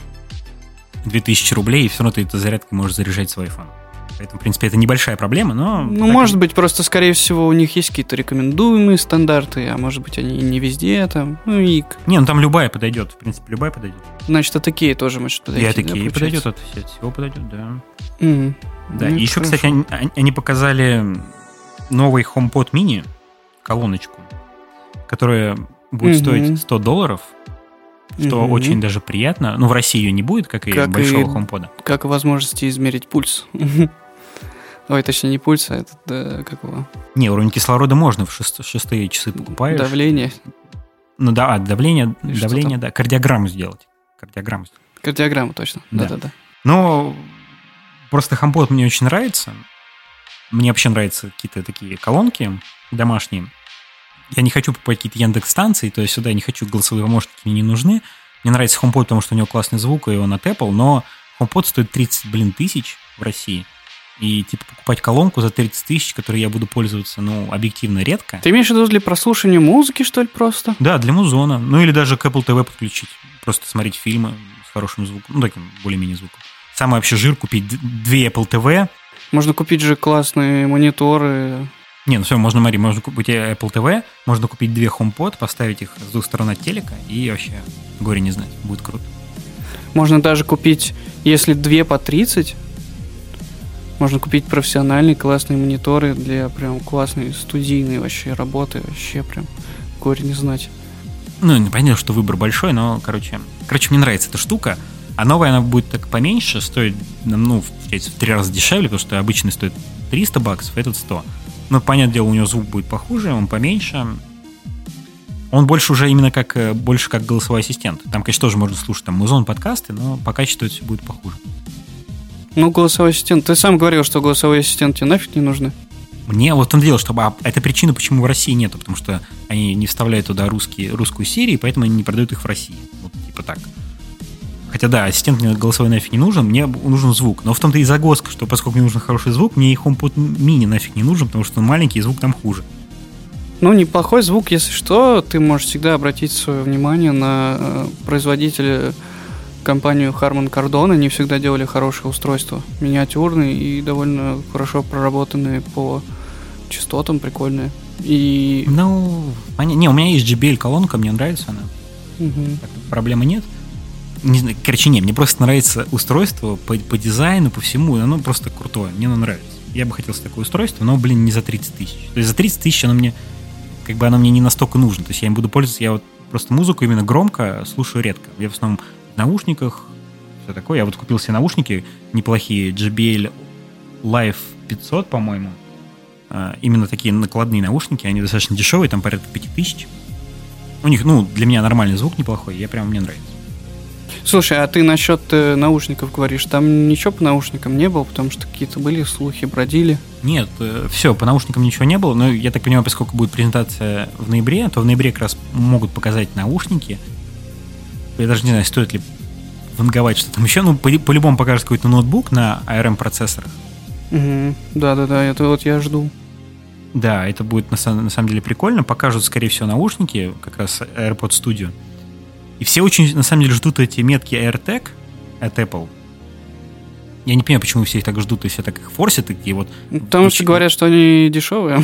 2000 рублей, и все равно ты этой зарядкой можешь заряжать свой iPhone. Поэтому, в принципе, это небольшая проблема, но... Ну, может быть, просто, скорее всего, у них есть какие-то рекомендуемые стандарты, а может быть, они не везде там, ну и... Не, ну там любая подойдет, в принципе, любая подойдет. Значит, от Икеи тоже может подойти. И от Икеи подойдет, от всего подойдет, да. Mm. Да, и еще, хорошо. Кстати, они показали новый HomePod mini, колоночку, которая будет стоить $100, что очень даже приятно. Ну, в России ее не будет, как и большого HomePod. Как и возможности измерить пульс. Ой, точнее, не пульс, а этот, да, как его? Не, уровень кислорода можно, в шестые часы покупаешь. Давление. Ну да, давление, да, кардиограмму сделать. Кардиограмму, точно, да. Но просто HomePod мне очень нравится. Мне вообще нравятся какие-то такие колонки домашние. Я не хочу покупать какие-то Яндекс-станции, то есть сюда я не хочу, голосовые помощники мне не нужны. Мне нравится HomePod, потому что у него классный звук, и он от Apple, но HomePod стоит 30, тысяч в России. И, типа, покупать колонку за 30 тысяч, которой я буду пользоваться, ну, объективно редко. Ты имеешь в виду для прослушивания музыки, что ли, просто? Да, для музона. Ну, или даже к Apple TV подключить. Просто смотреть фильмы с хорошим звуком. Ну, таким более-менее звуком. Самый вообще жир купить 2 Apple TV. Можно купить же классные мониторы. Не, ну все, можно купить Apple TV, можно купить 2 HomePod, поставить их с двух сторон от телека, и вообще горе не знать, будет круто. Можно даже купить, если 2 по 30, можно купить профессиональные классные мониторы для прям классной студийной вообще работы, вообще прям горе не знать. Ну, понятно, что выбор большой, но, короче, мне нравится эта штука. А новая она будет так поменьше, стоит, ну, в 3 раза дешевле, потому что обычный стоит $300, этот 100. Ну, понятное дело, у него звук будет похуже, он поменьше. Он больше уже именно как голосовой ассистент. Там, конечно, тоже можно слушать там музон, подкасты, но по качеству это все будет похуже. Ну, голосовой ассистент. Ты сам говорил, что голосовой ассистент тебе нафиг не нужны. Мне вот в том дело, что это причина, почему в России нету, потому что они не вставляют туда русскую серию, поэтому они не продают их в России. Вот типа так. Хотя да, ассистент мне голосовой нафиг не нужен, мне нужен звук. Но в том-то и загвоздка, что поскольку мне нужен хороший звук, мне и HomePod mini нафиг не нужен, потому что он маленький, и звук там хуже. Ну, неплохой звук, если что, ты можешь всегда обратить свое внимание на производителя, компанию Harman Kardon. Они всегда делали хорошие устройства, миниатюрные и довольно хорошо проработанные по частотам, прикольные. И... Ну, не, у меня есть JBL-колонка, мне нравится она. Угу. Проблемы нет. Не знаю, короче, мне просто нравится устройство по дизайну, по всему, оно просто крутое, мне оно нравится. Я бы хотел такое устройство, но, не за 30 тысяч. То есть за 30 тысяч оно мне не настолько нужно. То есть я им буду пользоваться, я вот просто музыку именно громко слушаю редко. Я в основном в наушниках, все такое. Я вот купил себе наушники неплохие, JBL Live 500, по-моему. Именно такие накладные наушники, они достаточно дешевые, там порядка 5000. У них, для меня нормальный звук неплохой, мне нравится. Слушай, а ты насчет наушников говоришь, там ничего по наушникам не было, потому что какие-то были слухи, бродили? Нет, все, по наушникам ничего не было, но я так понимаю, поскольку будет презентация в ноябре, то в ноябре как раз могут показать наушники. Я даже не знаю, стоит ли ванговать что-то там еще, по-любому покажут какой-то ноутбук на ARM-процессорах. Угу. Да, это вот я жду. Да, это будет на самом деле прикольно. Покажут, скорее всего, наушники, как раз AirPods Studio. И все очень, на самом деле, ждут эти метки AirTag от Apple. Я не понимаю, почему все их так ждут, и все так их форсят, такие вот... Потому что говорят, что они дешевые.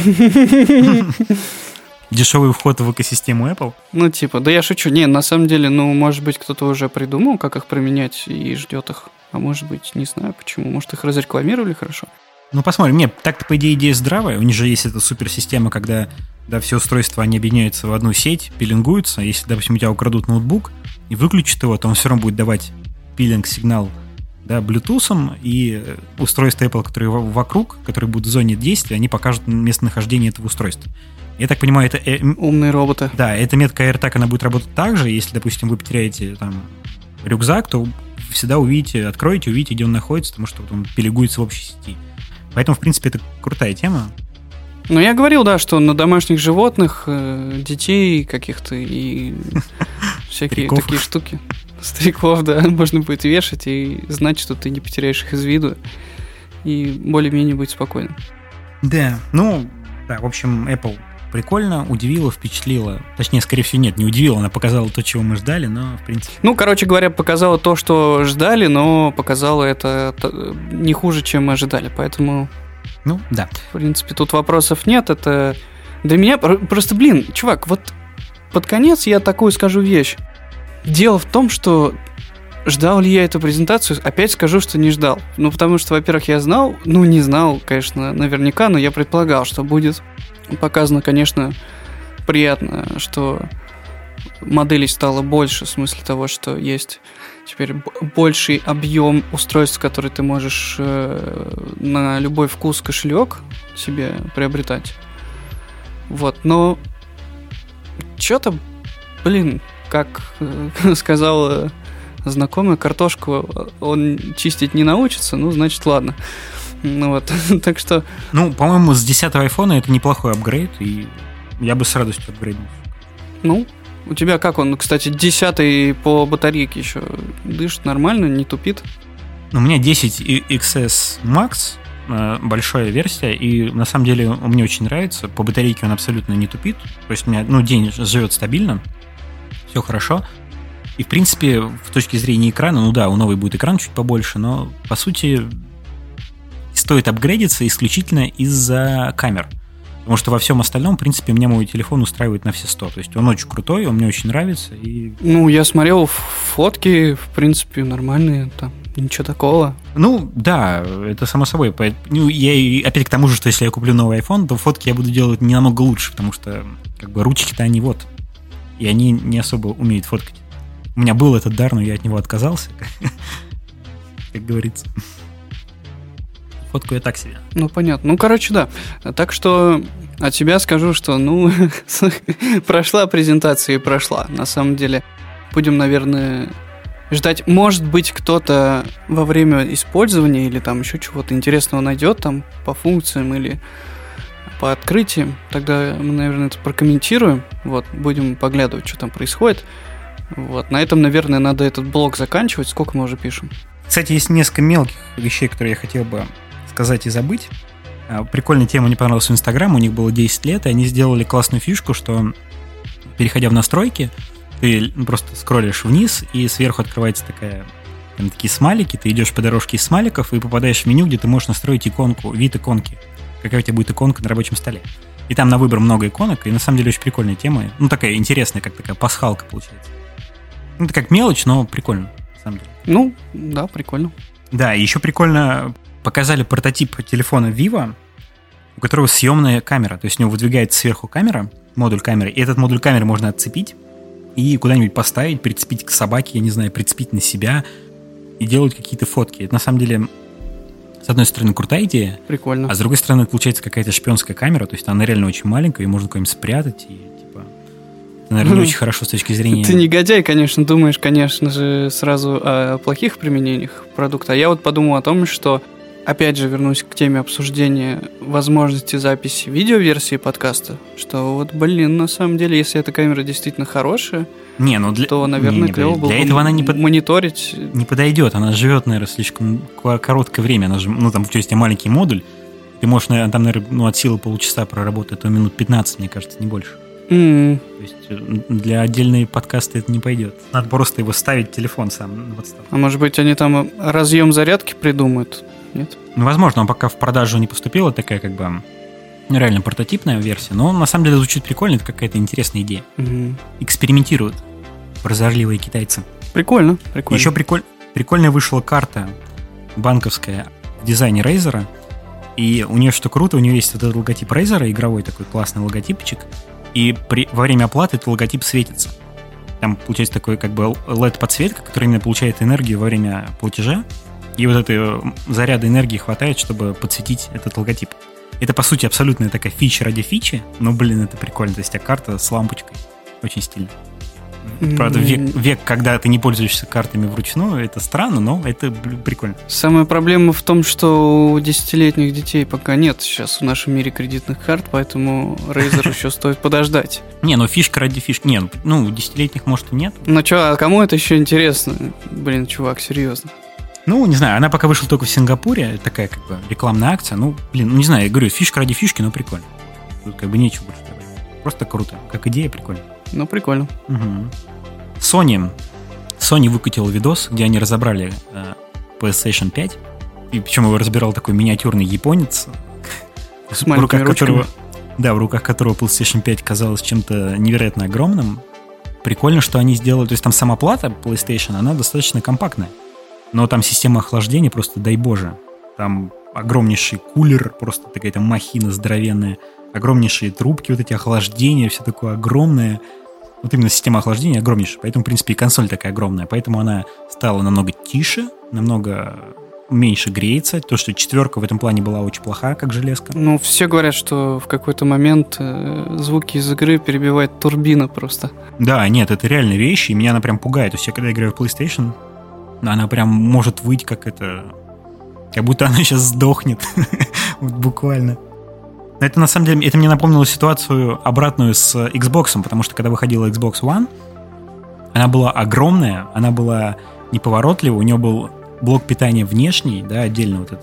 Дешевый вход в экосистему Apple? Да я шучу. Не, на самом деле, может быть, кто-то уже придумал, как их применять, и ждет их. А может быть, не знаю почему. Может, их разрекламировали хорошо? Посмотрим. Нет, так-то, по идее, идея здравая. У них же есть эта суперсистема, когда все устройства, они объединяются в одну сеть, пилингуются. Если, допустим, у тебя украдут ноутбук и выключат его, то он все равно будет давать пилинг-сигнал Bluetooth, и устройства Apple, которые вокруг, которые будут в зоне действия, они покажут местонахождение этого устройства. Я так понимаю, это... Умные роботы. Да, эта метка AirTag, она будет работать так же. Если, допустим, вы потеряете рюкзак, то вы всегда увидите, где он находится, потому что он пилингуется в общей сети. Поэтому, в принципе, это крутая тема. Я говорил, да, что на домашних животных, детей каких-то и всякие такие штуки. Стариков, да, можно будет вешать и знать, что ты не потеряешь их из виду и более-менее быть спокойным. Да, в общем, Apple прикольно, удивила, впечатлила. Точнее, скорее всего, нет, не удивила, она показала то, чего мы ждали, но, в принципе... короче говоря, показала то, что ждали, но показала это не хуже, чем мы ожидали, поэтому... да. В принципе, тут вопросов нет, это... Для меня просто, чувак, вот под конец я такую скажу вещь. Дело в том, что ждал ли я эту презентацию, опять скажу, что не ждал. Потому что, во-первых, я знал, не знал, конечно, наверняка, но я предполагал, что будет показано, конечно, приятно, что моделей стало больше, в смысле того, что есть теперь больший объем устройств, которые ты можешь на любой вкус кошелек себе приобретать. Но что-то, как сказала знакомая, картошку он чистить не научится, значит, ладно. Так что... по-моему, с 10-го айфона это неплохой апгрейд, и я бы с радостью апгрейднул. У тебя как он, кстати, 10-й по батарейке еще дышит нормально, не тупит? У меня 10 XS Max, большая версия, и на самом деле он мне очень нравится. По батарейке он абсолютно не тупит, то есть у меня день живет стабильно, все хорошо. И, в принципе, в точке зрения экрана, у новой будет экран чуть побольше, но, по сути, стоит апгрейдиться исключительно из-за камер. Потому что во всем остальном, в принципе, меня мой телефон устраивает на все 100. То есть он очень крутой, он мне очень нравится. И... я смотрел фотки, в принципе, нормальные, там ничего такого. Да, это само собой. Я опять к тому же, что если я куплю новый iPhone, то фотки я буду делать не намного лучше, потому что ручки-то они и они не особо умеют фоткать. У меня был этот дар, но я от него отказался, как говорится. Фотку я так себе. Понятно. Короче, да. Так что от себя скажу, что, прошла презентация и прошла. На самом деле, будем, наверное, ждать. Может быть, кто-то во время использования или там еще чего-то интересного найдет там по функциям или по открытиям. Тогда мы, наверное, это прокомментируем. Будем поглядывать, что там происходит. На этом, наверное, надо этот блог заканчивать. Сколько мы уже пишем? Кстати, есть несколько мелких вещей, которые я хотел бы сказать и забыть. Прикольная тема мне понравилась в Инстаграм. У них было 10 лет, и они сделали классную фишку, что, переходя в настройки, ты просто скроллишь вниз, и сверху открывается такие смайлики. Ты идешь по дорожке из смайликов и попадаешь в меню, где ты можешь настроить иконку, вид иконки. Какая у тебя будет иконка на рабочем столе. И там на выбор много иконок, и на самом деле очень прикольная тема. Такая интересная, как такая пасхалка получается. Это как мелочь, но прикольно, на самом деле. Да, прикольно. Да, и еще прикольно показали прототип телефона Vivo, у которого съемная камера. То есть у него выдвигается сверху камера, модуль камеры, и этот модуль камеры можно отцепить и куда-нибудь поставить, прицепить к собаке, я не знаю, прицепить на себя и делать какие-то фотки. Это на самом деле с одной стороны, крутая идея. Прикольно. А с другой стороны, получается какая-то шпионская камера, то есть она реально очень маленькая, ее можно куда-нибудь спрятать, и, типа, это, наверное, не очень хорошо с точки зрения... Ты негодяй, конечно, думаешь, конечно же, сразу о плохих применениях продукта. А я вот подумал о том, что, опять же, вернусь к теме обсуждения возможности записи видеоверсии подкаста, что вот, блин, на самом деле, если эта камера действительно хорошая, то, наверное, клево было для этого она мониторить. Не подойдет, она живет, наверное, слишком короткое время. Она же, там, у тебя маленький модуль, ты можешь, наверное, там, наверное, от силы полчаса проработать, а то минут 15, мне кажется, не больше. То есть для отдельной подкаста это не пойдет. Надо просто его ставить, телефон сам в отставку. А может быть, они там разъем зарядки придумают? Нет? Возможно, он пока в продажу не поступила, такая как бы реально прототипная версия, но на самом деле звучит прикольно, это какая-то интересная идея. Экспериментируют прозорливые китайцы. Прикольно. Еще прикольная вышла карта банковская в дизайне Razer, и у нее что круто, у нее есть вот этот логотип Razer, игровой такой классный логотипчик, и во время оплаты этот логотип светится. Там получается такой как бы LED-подсветка, которая именно получает энергию во время платежа, и вот этой заряда энергии хватает, чтобы подсветить этот логотип. Это, по сути, абсолютная такая фича ради фичи, но, блин, это прикольно. То есть, карта с лампочкой. Очень стильно. Правда, век, когда ты не пользуешься картами вручную, это странно, но это прикольно. Самая проблема в том, что у 10-летних детей пока нет сейчас в нашем мире кредитных карт, поэтому Razer еще стоит подождать. Фишка ради фишки. У 10-летних, может, и нет. Ну что, а кому это еще интересно? Блин, чувак, серьезно. Не знаю, она пока вышла только в Сингапуре, такая как бы рекламная акция. Не знаю, я говорю, фишка ради фишки, но прикольно. Тут как бы нечего больше добавить. Просто круто. Как идея, прикольно. Прикольно. Угу. Sony выкатила видос, где они разобрали PlayStation 5. И причем его разбирал такой миниатюрный японец, в руках которого, в руках которого PlayStation 5 казалось чем-то невероятно огромным. Прикольно, что они сделали. То есть там сама плата PlayStation, она достаточно компактная. Но там система охлаждения просто, дай боже. Там огромнейший кулер, просто такая там махина здоровенная. Огромнейшие трубки, вот эти охлаждения, все такое огромное. Вот именно система охлаждения огромнейшая. Поэтому, в принципе, и консоль такая огромная. Поэтому она стала намного тише, намного меньше греется. То, что 4 в этом плане была очень плоха, как железка. Все говорят, что в какой-то момент звуки из игры перебивает турбина просто. Да, нет, это реальная вещь, и меня она прям пугает. То есть я когда играю в PlayStation, она прям может выть как будто она сейчас сдохнет. Вот буквально. Это на самом деле, это мне напомнило ситуацию обратную с Xbox, потому что когда выходила Xbox One, она была огромная, она была неповоротливая, у нее был блок питания внешний, да, отдельно вот этот.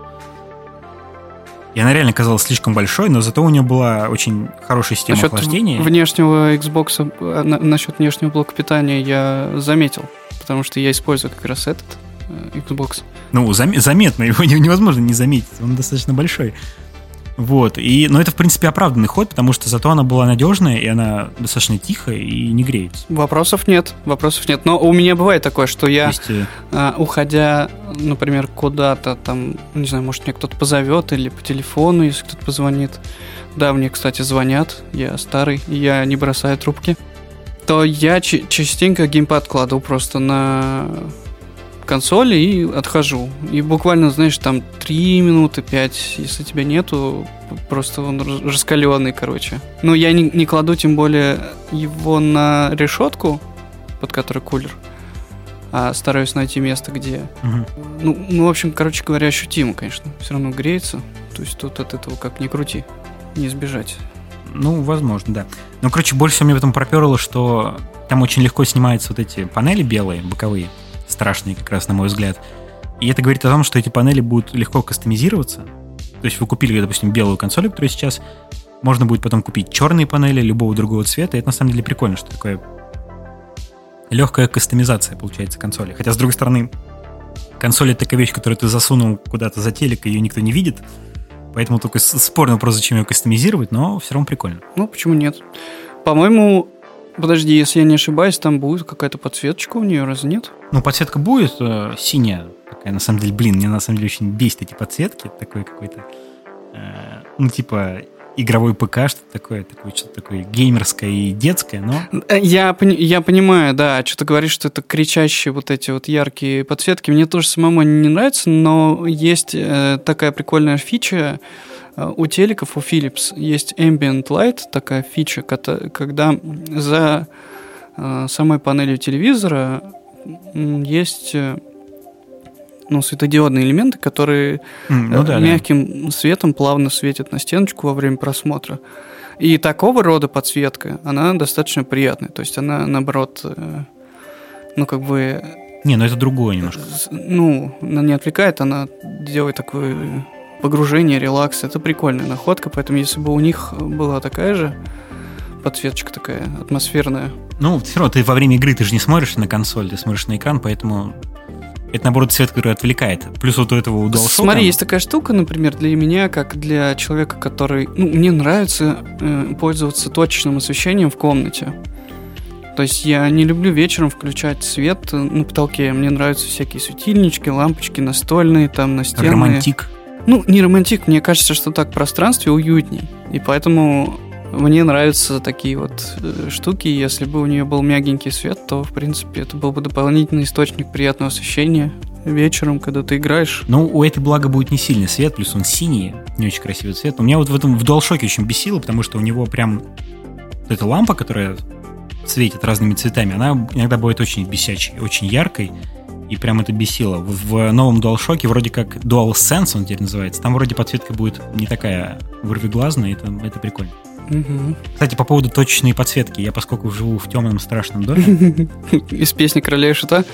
И она реально казалась слишком большой, но зато у нее была очень хорошая система охлаждения. Внешнего Xbox, насчет внешнего блока питания я заметил, потому что я использую как раз этот Xbox. Заметно, его невозможно не заметить, он достаточно большой. Вот, но это, в принципе, оправданный ход, потому что зато она была надежная, и она достаточно тихая и не греется. Вопросов нет. Но у меня бывает такое, что я, уходя, например, куда-то, там, не знаю, может, меня кто-то позовет или по телефону, если кто-то позвонит. Да, мне, кстати, звонят, я старый, и я не бросаю трубки. То я частенько геймпад кладу просто на консоли и отхожу. И буквально, знаешь, там 3 минуты, 5, если тебя нету, просто он раскаленный, короче. Я не кладу, тем более, его на решетку, под которой кулер, а стараюсь найти место, где... в общем, короче говоря, ощутимо, конечно. Все равно греется. То есть тут от этого как ни крути, не избежать. Возможно, да. Больше всего мне в этом проперло, что там очень легко снимаются вот эти панели белые, боковые, страшные как раз, на мой взгляд. И это говорит о том, что эти панели будут легко кастомизироваться. То есть вы купили, допустим, белую консоль, которая сейчас, можно будет потом купить черные панели любого другого цвета. И это на самом деле прикольно, что такое легкая кастомизация получается консоли. Хотя, с другой стороны, консоль — это такая вещь, которую ты засунул куда-то за телек, и ее никто не видит. Поэтому только спорный вопрос, зачем ее кастомизировать, но все равно прикольно. Почему нет? По-моему, подожди, если я не ошибаюсь, там будет какая-то подсветочка у нее, разве нет? Подсветка будет синяя такая, на самом деле, мне на самом деле очень бесит эти подсветки, такой какой-то, игровой ПК, что-то такое геймерское и детское, но... Я понимаю, да, что ты говоришь, что это кричащие вот эти вот яркие подсветки. Мне тоже самому они не нравятся, но есть такая прикольная фича у телеков, у Philips. Есть Ambient Light, такая фича, когда за самой панелью телевизора есть... светодиодные элементы, которые мягким светом плавно светят на стеночку во время просмотра. И такого рода подсветка, она достаточно приятная. То есть она, наоборот, это другое немножко. Она не отвлекает, она делает такое погружение, релакс. Это прикольная находка, поэтому если бы у них была такая же подсветочка такая атмосферная. Все равно ты во время игры ты же не смотришь на консоль, ты смотришь на экран, поэтому... Это, наоборот, свет, который отвлекает. Плюс вот у этого у DualShock... Смотри, есть такая штука, например, для меня, как для человека, который... мне нравится пользоваться точечным освещением в комнате. То есть я не люблю вечером включать свет на потолке. Мне нравятся всякие светильнички, лампочки настольные, там, настенные. Романтик? Не романтик. Мне кажется, что так в пространстве уютней. И поэтому... Мне нравятся такие вот штуки. Если бы у нее был мягенький свет, то, в принципе, это был бы дополнительный источник приятного освещения вечером, когда ты играешь. У этой, благо, будет не сильный свет, плюс он синий, не очень красивый цвет. У меня вот в DualShock очень бесило, потому что у него прям эта лампа, которая светит разными цветами, она иногда бывает очень бесячей, очень яркой, и прям это бесило. В новом DualShock вроде как DualSense он теперь называется, там вроде подсветка будет не такая вырвиглазная, это прикольно. Угу. Кстати, по поводу точечной подсветки. Я, поскольку живу в темном страшном доме... Из песни «Короля и Шута».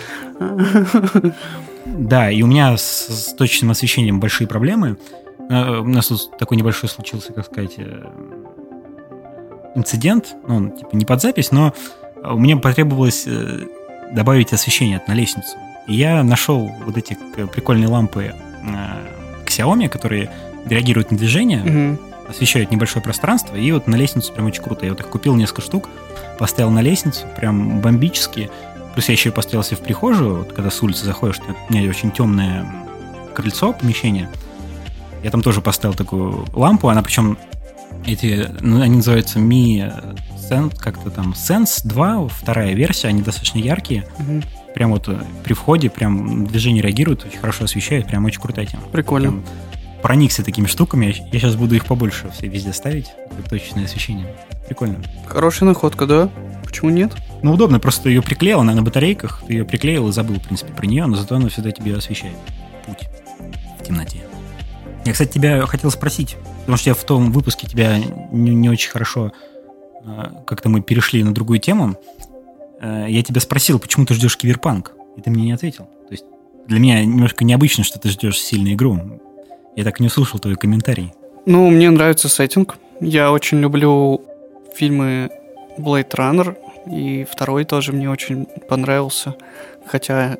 Да, и у меня с точечным освещением большие проблемы. У нас тут такой небольшой случился, как сказать, инцидент. Не под запись, но мне потребовалось добавить освещение на лестницу. И я нашел вот эти прикольные лампы Xiaomi, которые реагируют на движение, освещают небольшое пространство, и вот на лестницу прям очень круто. Я вот их купил несколько штук, поставил на лестницу, прям бомбически. Плюс я еще и поставил себе в прихожую, вот когда с улицы заходишь, у меня очень темное крыльцо, помещение. Я там тоже поставил такую лампу, она причем, они называются Mi Sense, как-то там Sense 2, вторая версия, они достаточно яркие. Прям вот при входе, прям движение реагирует, очень хорошо освещает, прям очень крутая тема. Прикольно. Прям проникся такими штуками. Я сейчас буду их побольше все везде ставить. Это точечное освещение. Прикольно. Хорошая находка, да? Почему нет? Удобно. Просто ты ее приклеил, она на батарейках. Ты ее приклеил и забыл, в принципе, про нее, но зато она всегда тебе освещает путь в темноте. Я, кстати, тебя хотел спросить, потому что я в том выпуске тебя не очень хорошо... Как-то мы перешли на другую тему. Я тебя спросил, почему ты ждешь Киберпанк, и ты мне не ответил. То есть для меня немножко необычно, что ты ждешь сильную игру. Я так не услышал твой комментарий. Мне нравится сеттинг. Я очень люблю фильмы Blade Runner, и второй тоже мне очень понравился. Хотя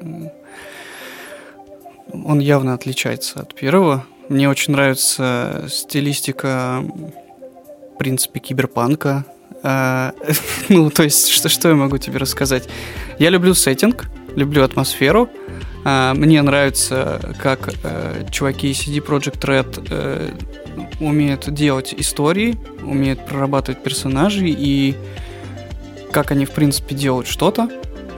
он явно отличается от первого. Мне очень нравится стилистика, в принципе, киберпанка. То есть, что я могу тебе рассказать? Я люблю сеттинг, люблю атмосферу. Мне нравится, как чуваки из CD Projekt Red умеют делать истории, умеют прорабатывать персонажей и как они, в принципе, делают что-то.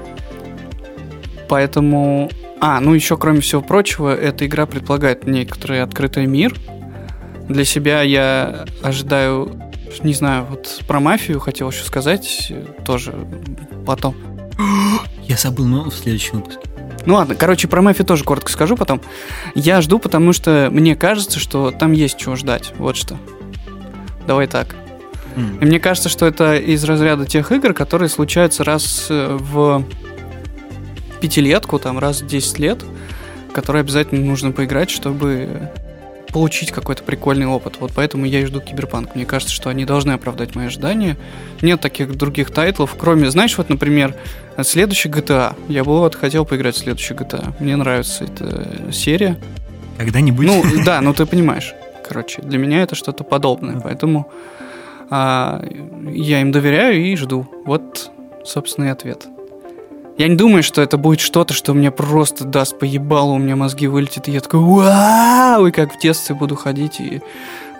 Поэтому... еще, кроме всего прочего, эта игра предполагает некоторый открытый мир. Для себя я ожидаю... Не знаю, вот про мафию хотел еще сказать, тоже потом. Я забыл, но в следующем выпуске. Ладно, про мафию тоже коротко скажу потом. Я жду, потому что мне кажется, что там есть чего ждать. Вот что. Давай так. И мне кажется, что это из разряда тех игр, которые случаются раз в пятилетку, раз в 10 лет, которые обязательно нужно поиграть, чтобы получить какой-то прикольный опыт. Вот поэтому я и жду Киберпанк. Мне кажется, что они должны оправдать мои ожидания. Нет таких других тайтлов, кроме, знаешь, вот, например, следующий GTA. Я бы хотел поиграть в следующий GTA. Мне нравится эта серия. Когда-нибудь? Да, ты понимаешь. Для меня это что-то подобное. Поэтому я им доверяю и жду. Вот, собственно, и ответ. Я не думаю, что это будет что-то, что мне просто даст поебало, у меня мозги вылетят, и я такой вау, и как в детстве буду ходить и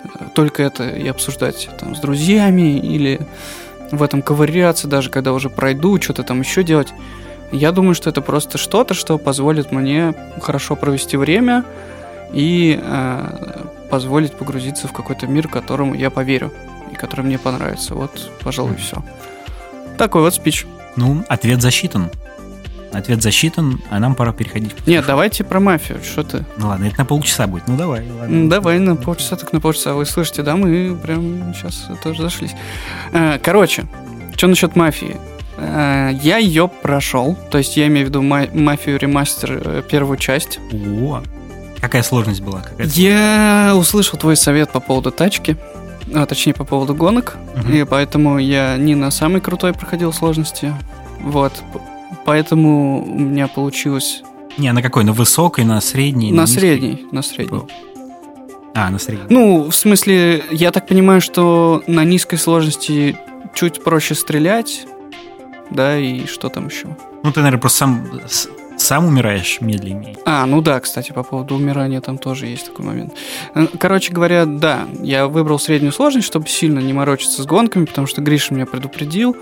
только это и обсуждать там с друзьями или в этом ковыряться, даже когда уже пройду, что-то там еще делать. Я думаю, что это просто что-то, что позволит мне хорошо провести время и позволит погрузиться в какой-то мир, которому я поверю и который мне понравится. Вот, пожалуй, все. Такой вот спич. Ну, ответ засчитан. Ответ засчитан, а нам пора переходить. Нет, давайте про мафию. Что ты? Ну ладно, это на полчаса будет. Ну давай. Ладно. Давай на полчаса, так на полчаса. Вы слышите, да? Мы прям сейчас тоже зашлись. Короче, что насчет мафии? Я ее прошел. То есть я имею в виду мафию ремастер, первую часть. О, какая сложность была? Я услышал твой совет по поводу тачки. Точнее, по поводу гонок. И поэтому я не на самой крутой проходил сложности. Вот. Поэтому у меня получилось... Не, на какой? На высокой, на средней? На средней. На средней. На средней. Ну, в смысле, я так понимаю, что на низкой сложности чуть проще стрелять, да, и что там еще? Ну, ты, наверное, просто сам умираешь медленнее. Ну да, кстати, по поводу умирания там тоже есть такой момент. Короче говоря, да, я выбрал среднюю сложность, чтобы сильно не морочиться с гонками, потому что Гриша меня предупредил.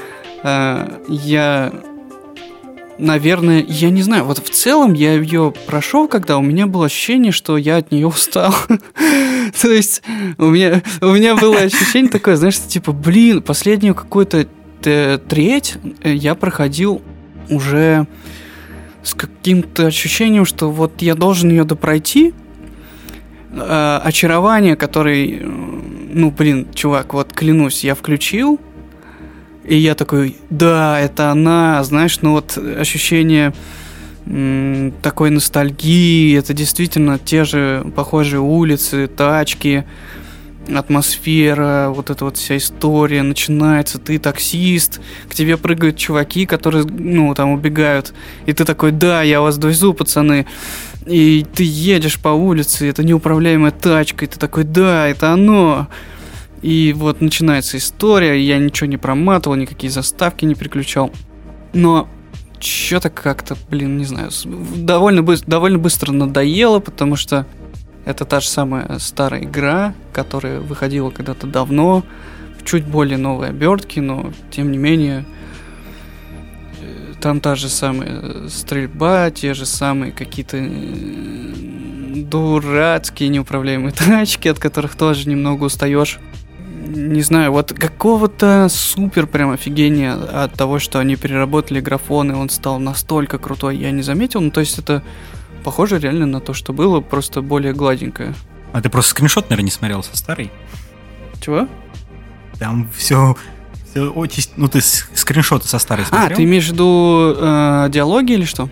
Наверное, я не знаю, вот в целом я ее прошел, когда у меня было ощущение, что я от нее устал. То есть у меня было ощущение такое, знаешь, типа, последнюю какую-то треть я проходил уже с каким-то ощущением, что вот я должен ее допройти. Очарование, который, чувак, вот клянусь, я включил. И я такой, да, это она, знаешь, ощущение такой ностальгии, это действительно те же похожие улицы, тачки, атмосфера, вот эта вот вся история начинается, ты таксист, к тебе прыгают чуваки, которые, там убегают, и ты такой, да, я вас довезу, пацаны, и ты едешь по улице, это неуправляемая тачка, и ты такой, да, это оно. И вот начинается история, я ничего не проматывал, никакие заставки не переключал. Но что-то как-то, не знаю, довольно быстро надоело, потому что это та же самая старая игра, которая выходила когда-то давно, в чуть более новой обертке, но тем не менее там та же самая стрельба, те же самые какие-то дурацкие неуправляемые тачки, от которых тоже немного устаешь. Не знаю, вот какого-то супер прям офигения от того, что они переработали графон, и он стал настолько крутой, я не заметил. То есть это похоже реально на то, что было, просто более гладенькое. А ты просто скриншот, наверное, не смотрел со старой? Чего? Там все очень... ты скриншоты со старой смотрел? Ты имеешь в виду диалоги или что?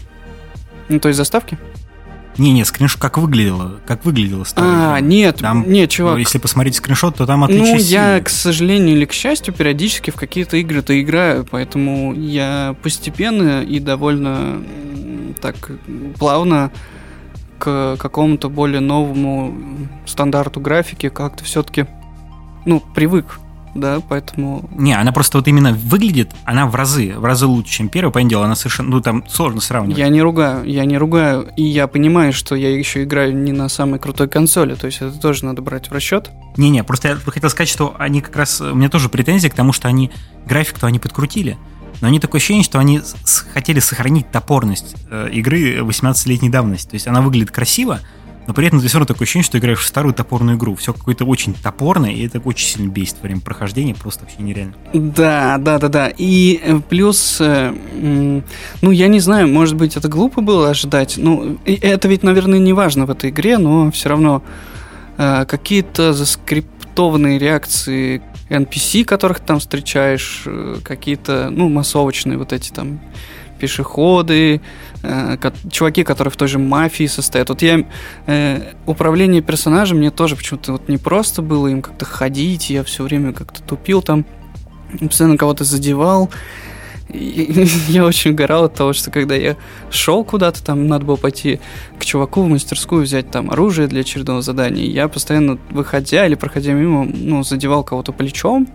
То есть заставки? Не, скриншот как выглядела старая. Нет, чувак. Если посмотреть скриншот, то там отличие я, к сожалению или к счастью, периодически в какие-то игры-то играю, поэтому я постепенно и довольно так плавно к какому-то более новому стандарту графики как-то все-таки, привык. Да, поэтому... Она просто вот именно выглядит, она в разы лучше, чем первая, понятное дело, она совершенно, там сложно сравнивать. Я не ругаю, и я понимаю, что я еще играю не на самой крутой консоли, то есть это тоже надо брать в расчет. Просто я хотел сказать, что они как раз, у меня тоже претензии к тому, что они график-то они подкрутили, но они такое ощущение, что они хотели сохранить топорность игры 18-летней давности, то есть она выглядит красиво, но при этом ты все равно такое ощущение, что играешь в старую топорную игру. Все какое-то очень топорное, и это очень сильно бесит во время прохождения, просто вообще нереально. Да. И плюс, я не знаю, может быть, это глупо было ожидать. Это ведь, наверное, не важно в этой игре, но все равно какие-то заскриптованные реакции NPC, которых ты там встречаешь, какие-то, массовочные вот эти там пешеходы, чуваки, которые в той же мафии состоят. Вот управление персонажем мне тоже почему-то не просто было им как-то ходить, я все время как-то тупил там, постоянно кого-то задевал. И я очень угорал от того, что когда я шел куда-то, там надо было пойти к чуваку в мастерскую, взять там оружие для очередного задания, я постоянно, выходя или проходя мимо, задевал кого-то плечом,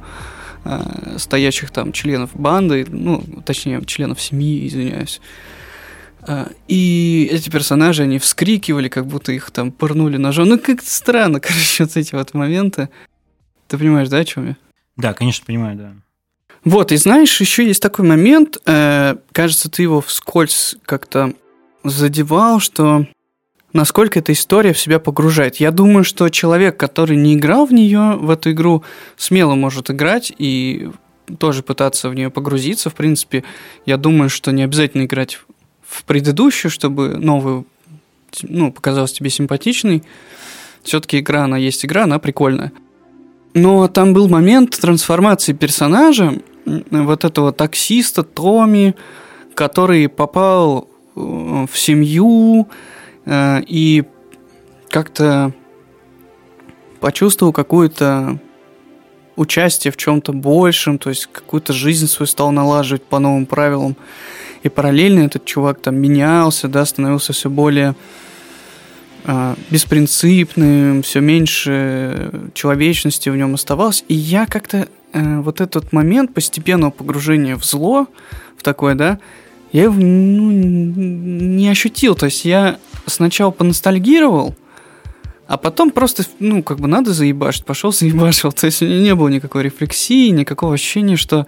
стоящих там членов банды, точнее, членов семьи, извиняюсь. И эти персонажи, они вскрикивали, как будто их там пырнули ножом. Ну, как-то странно, короче, вот эти вот моменты. Ты понимаешь, да, о чем я? Да, конечно, понимаю, да. Вот, и знаешь, еще есть такой момент, кажется, ты его вскользь как-то задевал, что насколько эта история в себя погружает. Я думаю, что человек, который не играл в нее, в эту игру, смело может играть и тоже пытаться в нее погрузиться. В принципе, я думаю, что не обязательно играть в предыдущую, чтобы новую, показалась тебе симпатичной. Все-таки игра, она есть игра, она прикольная. Но там был момент трансформации персонажа, вот этого таксиста Томми, который попал в семью и как-то почувствовал какое-то участие в чем-то большем, то есть какую-то жизнь свою стал налаживать по новым правилам. И параллельно этот чувак там менялся, да, становился все более беспринципным, все меньше человечности в нем оставалось. И я как-то вот этот момент постепенного погружения в зло, в такое, да, я его не ощутил. То есть я сначала поностальгировал, а потом просто, надо заебашить, пошел заебашил. То есть у меня не было никакой рефлексии, никакого ощущения, что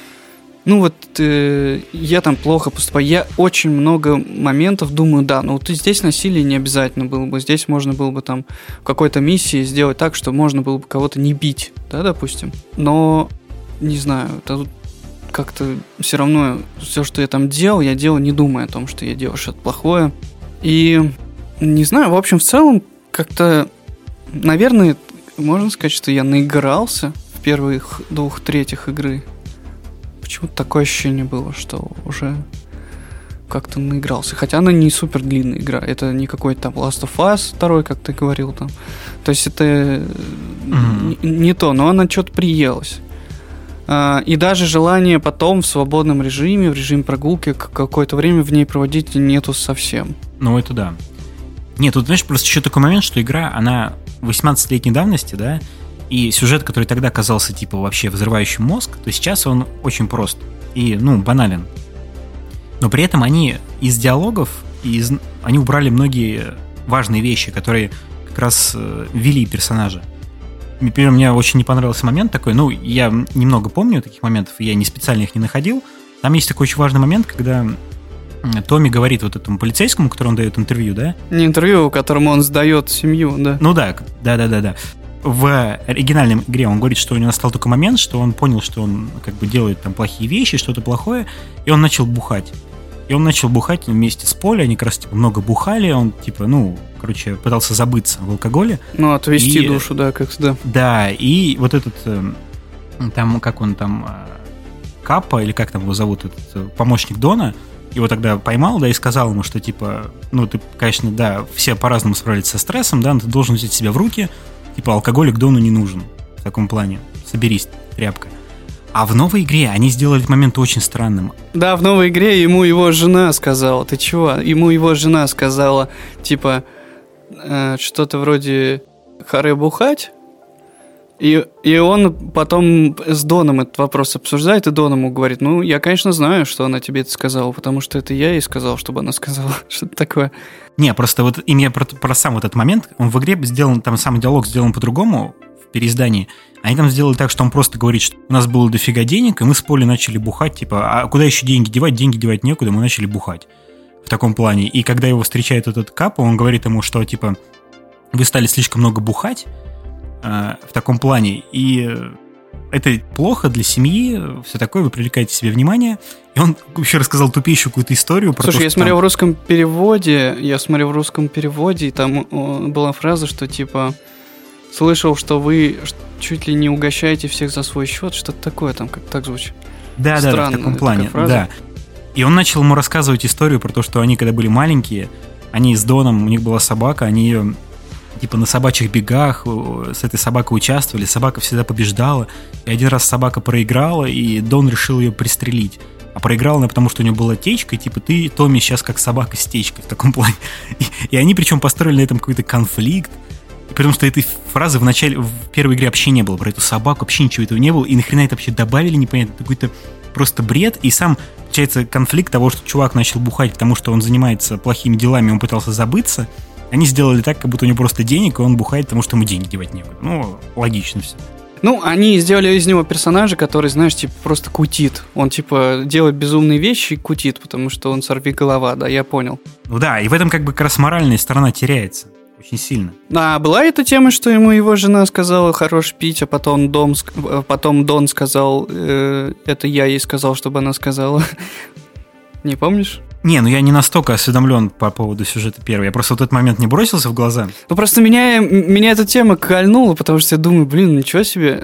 я там плохо поступаю. Я очень много моментов думаю, да, здесь насилие не обязательно было бы. Здесь можно было бы там в какой-то миссии сделать так, что можно было бы кого-то не бить, да, допустим. Но, не знаю, тут как-то все равно все, что я там делал, я делал, не думая о том, что я делаю что-то плохое. И, не знаю, в общем, в целом, как-то, наверное, можно сказать, что я наигрался в первых 2/3 игры. Почему-то такое ощущение было, что уже как-то наигрался. Хотя она не супер длинная игра. Это не какой-то там Last of Us 2, как ты говорил там. То есть это не то, но она что-то приелась. И даже желания потом в свободном режиме, в режиме прогулки какое-то время в ней проводить нету совсем. Ну, это да. Нет, тут, знаешь, просто еще такой момент, что игра, она 18-летней давности, да, и сюжет, который тогда казался, вообще взрывающим мозг, то сейчас он очень прост и, банален. Но при этом они из диалогов, они убрали многие важные вещи, которые как раз ввели персонажа. Например, мне очень не понравился момент такой, я немного помню таких моментов, я не специально их не находил. Там есть такой очень важный момент, когда Томми говорит вот этому полицейскому, которому он дает интервью, да? Не интервью, которому он сдает семью, да. Да. В оригинальной игре он говорит, что у него настал только момент, что он понял, что он делает там плохие вещи, что-то плохое, и он начал бухать. И он начал бухать вместе с Полли, они как раз много бухали, он пытался забыться в алкоголе. Отвести душу, да, как-то. Да, и вот этот, Каппа, или как там его зовут, этот помощник Дона, его тогда поймал, да, и сказал ему, что ты, конечно, да, все по-разному справились со стрессом, да, но ты должен взять себя в руки, алкоголик Дону не нужен в таком плане, соберись, тряпка. А в новой игре они сделали этот момент очень странным. Да, в новой игре ему его жена сказала, ты чего? Ему его жена сказала, что-то вроде «харе бухать», и он потом с Доном этот вопрос обсуждает, и Дон ему говорит, я, конечно, знаю, что она тебе это сказала, потому что это я ей сказал, чтобы она сказала что-то такое. Не, просто вот именно про сам вот этот момент, он в игре сделан, там сам диалог сделан по-другому, в переиздании. Они там сделали так, что он просто говорит, что у нас было дофига денег, и мы с Полли начали бухать, а куда еще деньги девать? Деньги девать некуда, мы начали бухать. В таком плане. И когда его встречает этот Капа, он говорит ему, что, вы стали слишком много бухать, в таком плане, и это плохо для семьи, все такое, вы привлекаете себе внимание. И он еще рассказал тупейшую какую-то историю про Слушай, я смотрел в русском переводе, и там была фраза, что слышал, что вы чуть ли не угощаете всех за свой счет, что-то такое там, как так звучит. Да, в таком плане, да. И он начал ему рассказывать историю про то, что они, когда были маленькие, они с Доном, у них была собака, они ее на собачьих бегах с этой собакой участвовали, собака всегда побеждала, и один раз собака проиграла, и Дон решил ее пристрелить. А проиграла она, потому что у нее была течка, и ты, Томми, сейчас как собака с течкой в таком плане. И они причем построили на этом какой-то конфликт, И потому что этой фразы в первой игре вообще не было, про эту собаку вообще ничего этого не было, и нахрена это вообще добавили, непонятно, какой-то просто бред, и сам, получается, конфликт того, что чувак начал бухать, потому что он занимается плохими делами, он пытался забыться, они сделали так, как будто у него просто денег, и он бухает, потому что ему денег девать некуда. Ну, логично все. Ну, они сделали из него персонажа, который, знаешь, типа просто кутит. Он, типа, делает безумные вещи и кутит, потому что он сорвиголова, да, я понял. Ну да, и в этом как раз моральная сторона теряется очень сильно. А была эта тема, что ему его жена сказала хорош пить, а потом Дон сказал, это я ей сказал, чтобы она сказала. Не помнишь? Не, ну я не настолько осведомлен по поводу сюжета первого. Я просто в тот момент не бросился в глаза. Ну просто меня эта тема кольнула, потому что я думаю, ничего себе.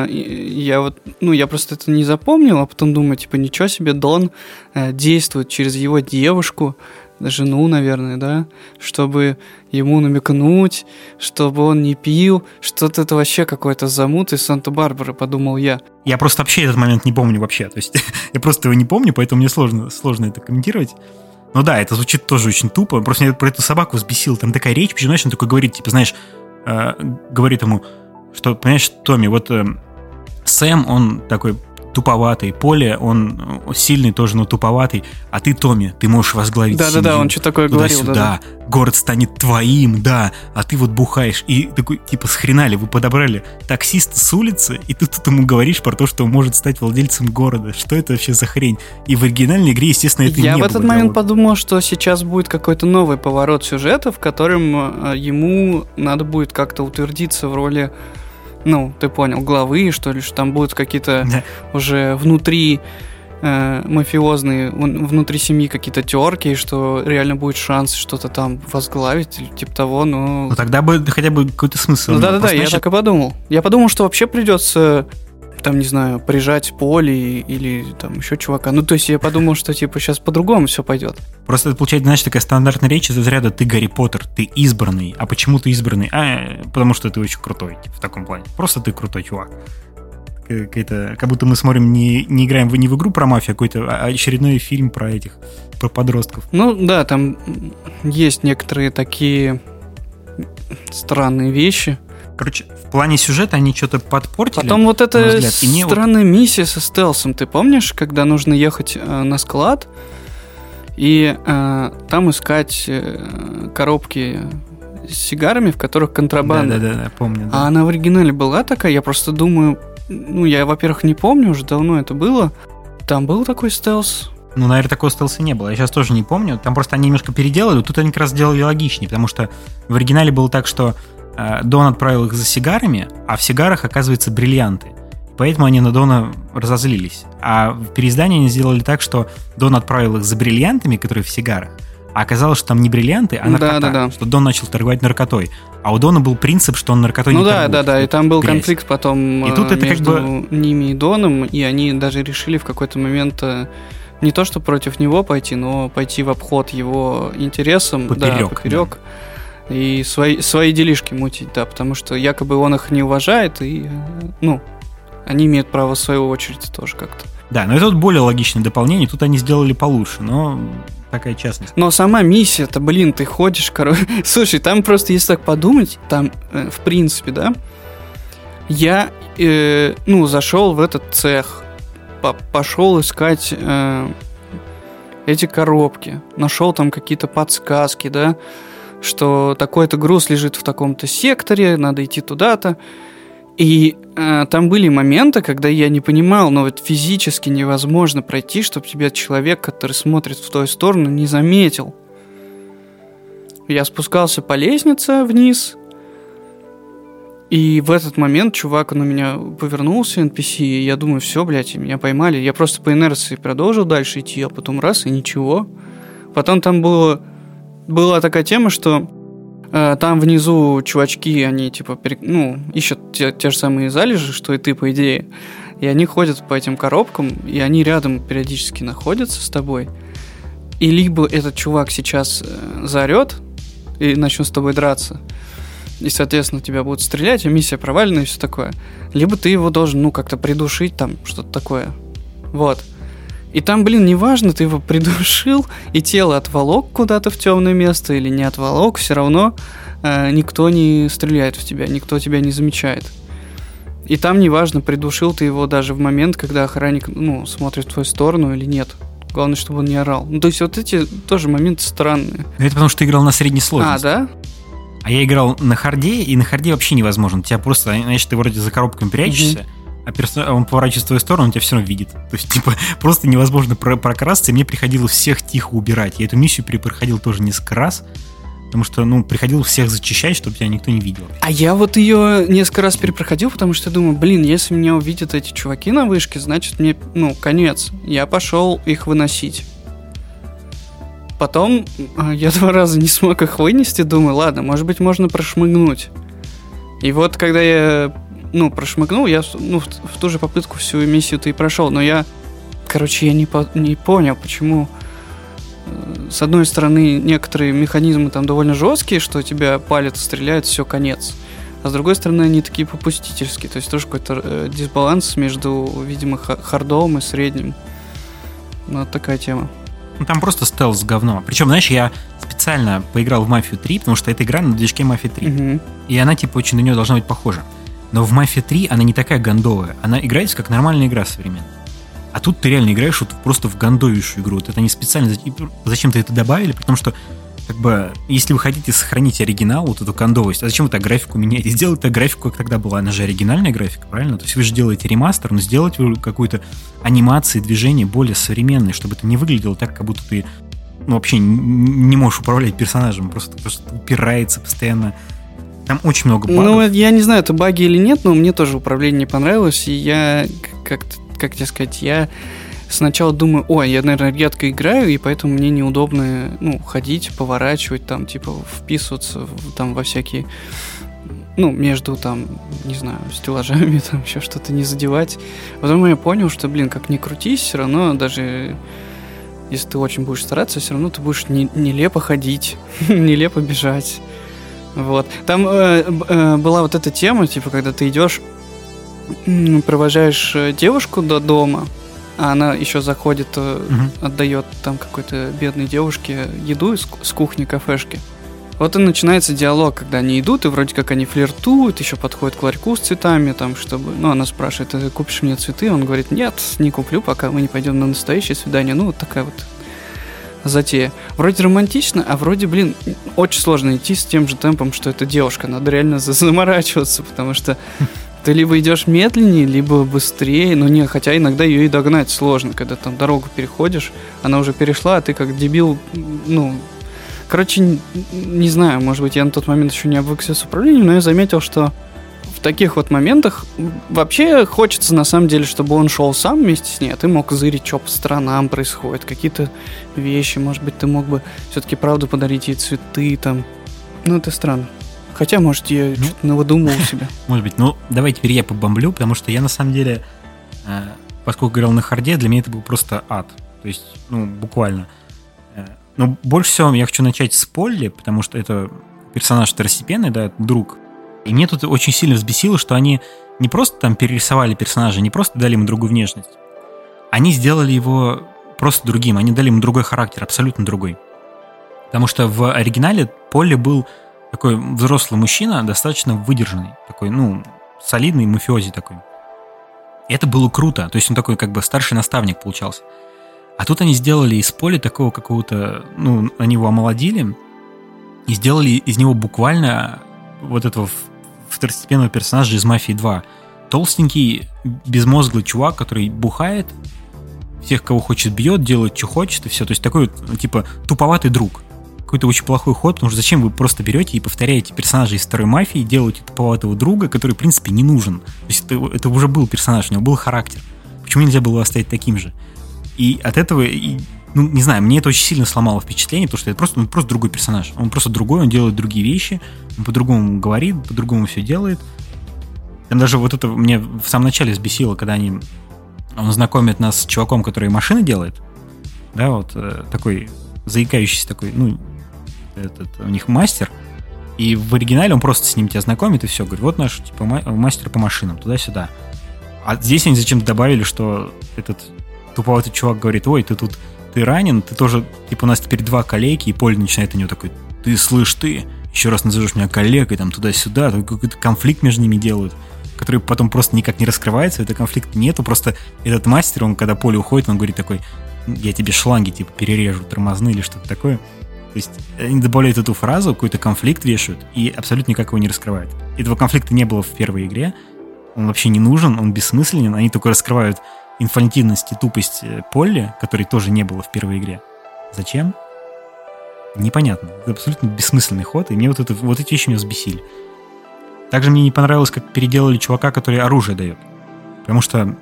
Я просто это не запомнил, а потом думаю, типа, ничего себе, Дон действует через его девушку, жену, наверное, да, чтобы ему намекнуть, чтобы он не пил, что-то это вообще какой-то замут из Санта-Барбары, подумал я. Я просто вообще этот момент не помню вообще, то есть я просто его не помню, поэтому мне сложно это комментировать. Но да, это звучит тоже очень тупо, просто меня про эту собаку взбесил, там такая речь, почему, знаешь, он такой говорит, типа, знаешь, говорит ему, что, понимаешь, Томми, вот Сэм, он такой туповатый, Поле, он сильный тоже, но туповатый, а ты, Томми, ты можешь возглавить семью. Да-да-да, он что-то такое говорил. Туда-сюда, город станет твоим, да, а ты вот бухаешь. И такой, типа, с хрена ли вы подобрали таксиста с улицы, и ты тут ему говоришь про то, что он может стать владельцем города. Что это вообще за хрень? И в оригинальной игре, естественно, это не было. Я в этот момент подумал, что сейчас будет какой-то новый поворот сюжета, в котором ему надо будет как-то утвердиться в роли, ну, ты понял, главы, что ли, что там будут какие-то уже внутри мафиозные, внутри семьи какие-то терки, что реально будет шанс что-то там возглавить, или типа того, но... Ну, тогда бы хотя бы какой-то смысл. Ну, да-да-да, я так и подумал. Я подумал, что вообще придется, там, не знаю, прижать Поле или там еще чувака. Ну, то есть я подумал, что, типа, сейчас по-другому все пойдет. Просто это получается, знаешь, такая стандартная речь из разряда «ты Гарри Поттер, ты избранный». А почему ты избранный? Потому что ты очень крутой, типа, в таком плане. Просто ты крутой чувак. Как будто мы смотрим, не играем не в игру про мафию, а какой-то очередной фильм про подростков. Ну, да, там есть некоторые такие странные вещи. Короче, в плане сюжета они что-то подпортили. Потом вот эта странная миссия со стелсом. Ты помнишь, когда нужно ехать на склад и там искать коробки с сигарами, в которых контрабанда? Да, помню. Да. А она в оригинале была такая? Я просто думаю... Ну, я, во-первых, не помню, уже давно это было. Там был такой стелс? Ну, наверное, такого стелса не было. Я сейчас тоже не помню. Там просто они немножко переделали. Тут они как раз сделали логичнее, потому что в оригинале было так, что Дон отправил их за сигарами, а в сигарах, оказывается, бриллианты. Поэтому они на Дона разозлились. А в переиздании они сделали так, что Дон отправил их за бриллиантами, которые в сигарах, а оказалось, что там не бриллианты, а наркота. Да. Что Дон начал торговать наркотой. А у Дона был принцип, что он наркотой не торгует. Да, и там был конфликт потом и тут это между ними и Доном, и они даже решили в какой-то момент не то, что против него пойти, но пойти в обход его интересам. Поперек. Да. И свои делишки мутить, да, потому что якобы он их не уважает, и, ну, они имеют право в свою очередь тоже как-то. Да, но это вот более логичное дополнение, тут они сделали получше, но такая частность. Но сама миссия-то, ты ходишь, Слушай, там просто, если так подумать, там, в принципе, да, я, зашел в этот цех, пошел искать эти коробки, нашел там какие-то подсказки, да, что такой-то груз лежит в таком-то секторе, надо идти туда-то. И там были моменты, когда я не понимал, но вот физически невозможно пройти, чтобы тебя человек, который смотрит в твою сторону, не заметил. Я спускался по лестнице вниз, и в этот момент чувак на меня повернулся, NPC, и я думаю, все, блядь, меня поймали. Я просто по инерции продолжил дальше идти, а потом раз, и ничего. Потом там была такая тема, что там внизу чувачки, они типа ищут те же самые залежи, что и ты, по идее. И они ходят по этим коробкам, и они рядом периодически находятся с тобой. И либо этот чувак сейчас заорет и начнет с тобой драться, и, соответственно, тебя будут стрелять, а миссия провалена и все такое. Либо ты его должен, как-то придушить, там, что-то такое. Вот. И там, неважно, ты его придушил, и тело отволок куда-то в темное место или не отволок, все равно никто не стреляет в тебя, никто тебя не замечает. И там неважно, придушил ты его даже в момент, когда охранник, смотрит в твою сторону или нет. Главное, чтобы он не орал. То есть вот эти тоже моменты странные. Это потому, что ты играл на средней сложности. Да? А я играл на харде, и на харде вообще невозможно. Тебя просто, значит, ты вроде за коробками прячешься, а он поворачивается в твою сторону, он тебя все равно видит. То есть, просто невозможно прокрасться, и мне приходилось всех тихо убирать. Я эту миссию проходил тоже несколько раз, потому что, приходилось всех зачищать, чтобы тебя никто не видел. А я вот ее несколько раз перепроходил, потому что думаю, если меня увидят эти чуваки на вышке, значит мне, конец. Я пошел их выносить. Потом я 2 раза не смог их вынести, думаю, ладно, может быть, можно прошмыгнуть. И вот когда я, прошмыгнул, я, в ту же попытку всю миссию-то и прошел, но я не понял, почему... С одной стороны, некоторые механизмы там довольно жесткие, что тебя палят, стреляют, все, конец. А с другой стороны, они такие попустительские. То есть тоже какой-то дисбаланс между, видимо, хардовым и средним. Вот такая тема. Там просто стелс говно. Причем, знаешь, я специально поиграл в Мафию 3, потому что эта игра на движке Мафии 3. Угу. И она, очень на нее должна быть похожа. Но в Мафии 3 она не такая гондовая. Она играется как нормальная игра современная. А тут ты реально играешь просто в гондовейшую игру. Вот это они специально зачем-то это добавили, потому что, если вы хотите сохранить оригинал, вот эту гондовость, а зачем вы так графику меняете? Сделать так графику, как тогда была. Она же оригинальная графика, правильно? То есть вы же делаете ремастер, но сделать вы какую-то анимацию, движение более современное, чтобы это не выглядело так, как будто ты вообще не можешь управлять персонажем, просто упирается постоянно. Там очень много багов. Я не знаю, это баги или нет, но мне тоже управление не понравилось, и я как тебе сказать, я сначала думаю, я, наверное, редко играю, и поэтому мне неудобно, ходить, поворачивать, там, вписываться во всякие, между, не знаю, стеллажами, еще что-то не задевать. Потом я понял, что, как ни крутись, все равно, даже если ты очень будешь стараться, все равно ты будешь нелепо ходить, нелепо бежать. Вот. Там была вот эта тема, когда ты идешь, провожаешь девушку до дома, а она еще заходит, отдает там какой-то бедной девушке еду с кухни кафешки. Вот и начинается диалог, когда они идут, и вроде как они флиртуют, еще подходят к ларьку с цветами, чтобы... она спрашивает, ты купишь мне цветы? Он говорит, нет, не куплю, пока мы не пойдем на настоящее свидание. Вот такая вот затея. Вроде романтично, а вроде, очень сложно идти с тем же темпом, что это девушка. Надо реально заморачиваться, потому что ты либо идешь медленнее, либо быстрее, хотя иногда ее и догнать сложно, когда там дорогу переходишь, она уже перешла, а ты как дебил, не знаю, может быть, я на тот момент еще не обвыкся с управлением, но я заметил, что в таких вот моментах вообще хочется, на самом деле, чтобы он шел сам вместе с ней, а ты мог зырить, что по сторонам происходит, какие-то вещи, может быть, ты мог бы все-таки правда подарить ей цветы, это странно. Хотя, может, я что-то навыдумывал себе. Может быть. Давай теперь я побомблю, потому что я, на самом деле, поскольку играл на харде, для меня это был просто ад. То есть, буквально. Но больше всего я хочу начать с Полли, потому что это персонаж второстепенный, да, друг. И мне тут очень сильно взбесило, что они не просто там перерисовали персонажа, не просто дали ему другую внешность. Они сделали его просто другим. Они дали ему другой характер, абсолютно другой. Потому что в оригинале Полли был такой взрослый мужчина, достаточно выдержанный, такой, солидный мафиози такой. И это было круто, то есть он такой старший наставник получался. А тут они сделали из Полли такого какого-то, они его омолодили и сделали из него буквально вот этого второстепенного персонажа из «Мафии 2». Толстенький, безмозглый чувак, который бухает, всех, кого хочет, бьет, делает, что хочет, и все. То есть такой туповатый друг. Какой-то очень плохой ход, потому что зачем вы просто берете и повторяете персонажа из второй «Мафии», делаете туповатого друга, который, в принципе, не нужен. То есть это уже был персонаж, у него был характер. Почему нельзя было оставить таким же? И от этого, не знаю, мне это очень сильно сломало впечатление, потому что это просто другой персонаж. Он просто другой, он делает другие вещи, он по-другому говорит, по-другому все делает. Там даже вот это мне в самом начале взбесило, когда он знакомит нас с чуваком, который машины делает. Да, вот такой заикающийся такой, у них мастер. И в оригинале он просто с ним тебя знакомит и все. Говорит, вот наш мастер по машинам, туда-сюда. А здесь они зачем-то добавили, что этот туповатый чувак говорит: ой, ты ранен, ты тоже, типа, у нас теперь 2 коллеги, и Поль начинает на него такой: ты слышь, ты еще раз назовешь меня коллегой, там, туда-сюда, какой-то конфликт между ними делают, который потом просто никак не раскрывается, этого конфликта нету, просто этот мастер, он, когда Поле уходит, он говорит такой: я тебе шланги, типа, перережу, тормозные или что-то такое. То есть они добавляют эту фразу, какой-то конфликт вешают, и абсолютно никак его не раскрывают. Этого конфликта не было в первой игре, он вообще не нужен, он бессмысленен, они только раскрывают инфантильность и тупость Полли, которой тоже не было в первой игре. Зачем? Непонятно. Это абсолютно бессмысленный ход, и мне вот эти вещи меня взбесили. Также мне не понравилось, как переделали чувака, который оружие дает. Потому что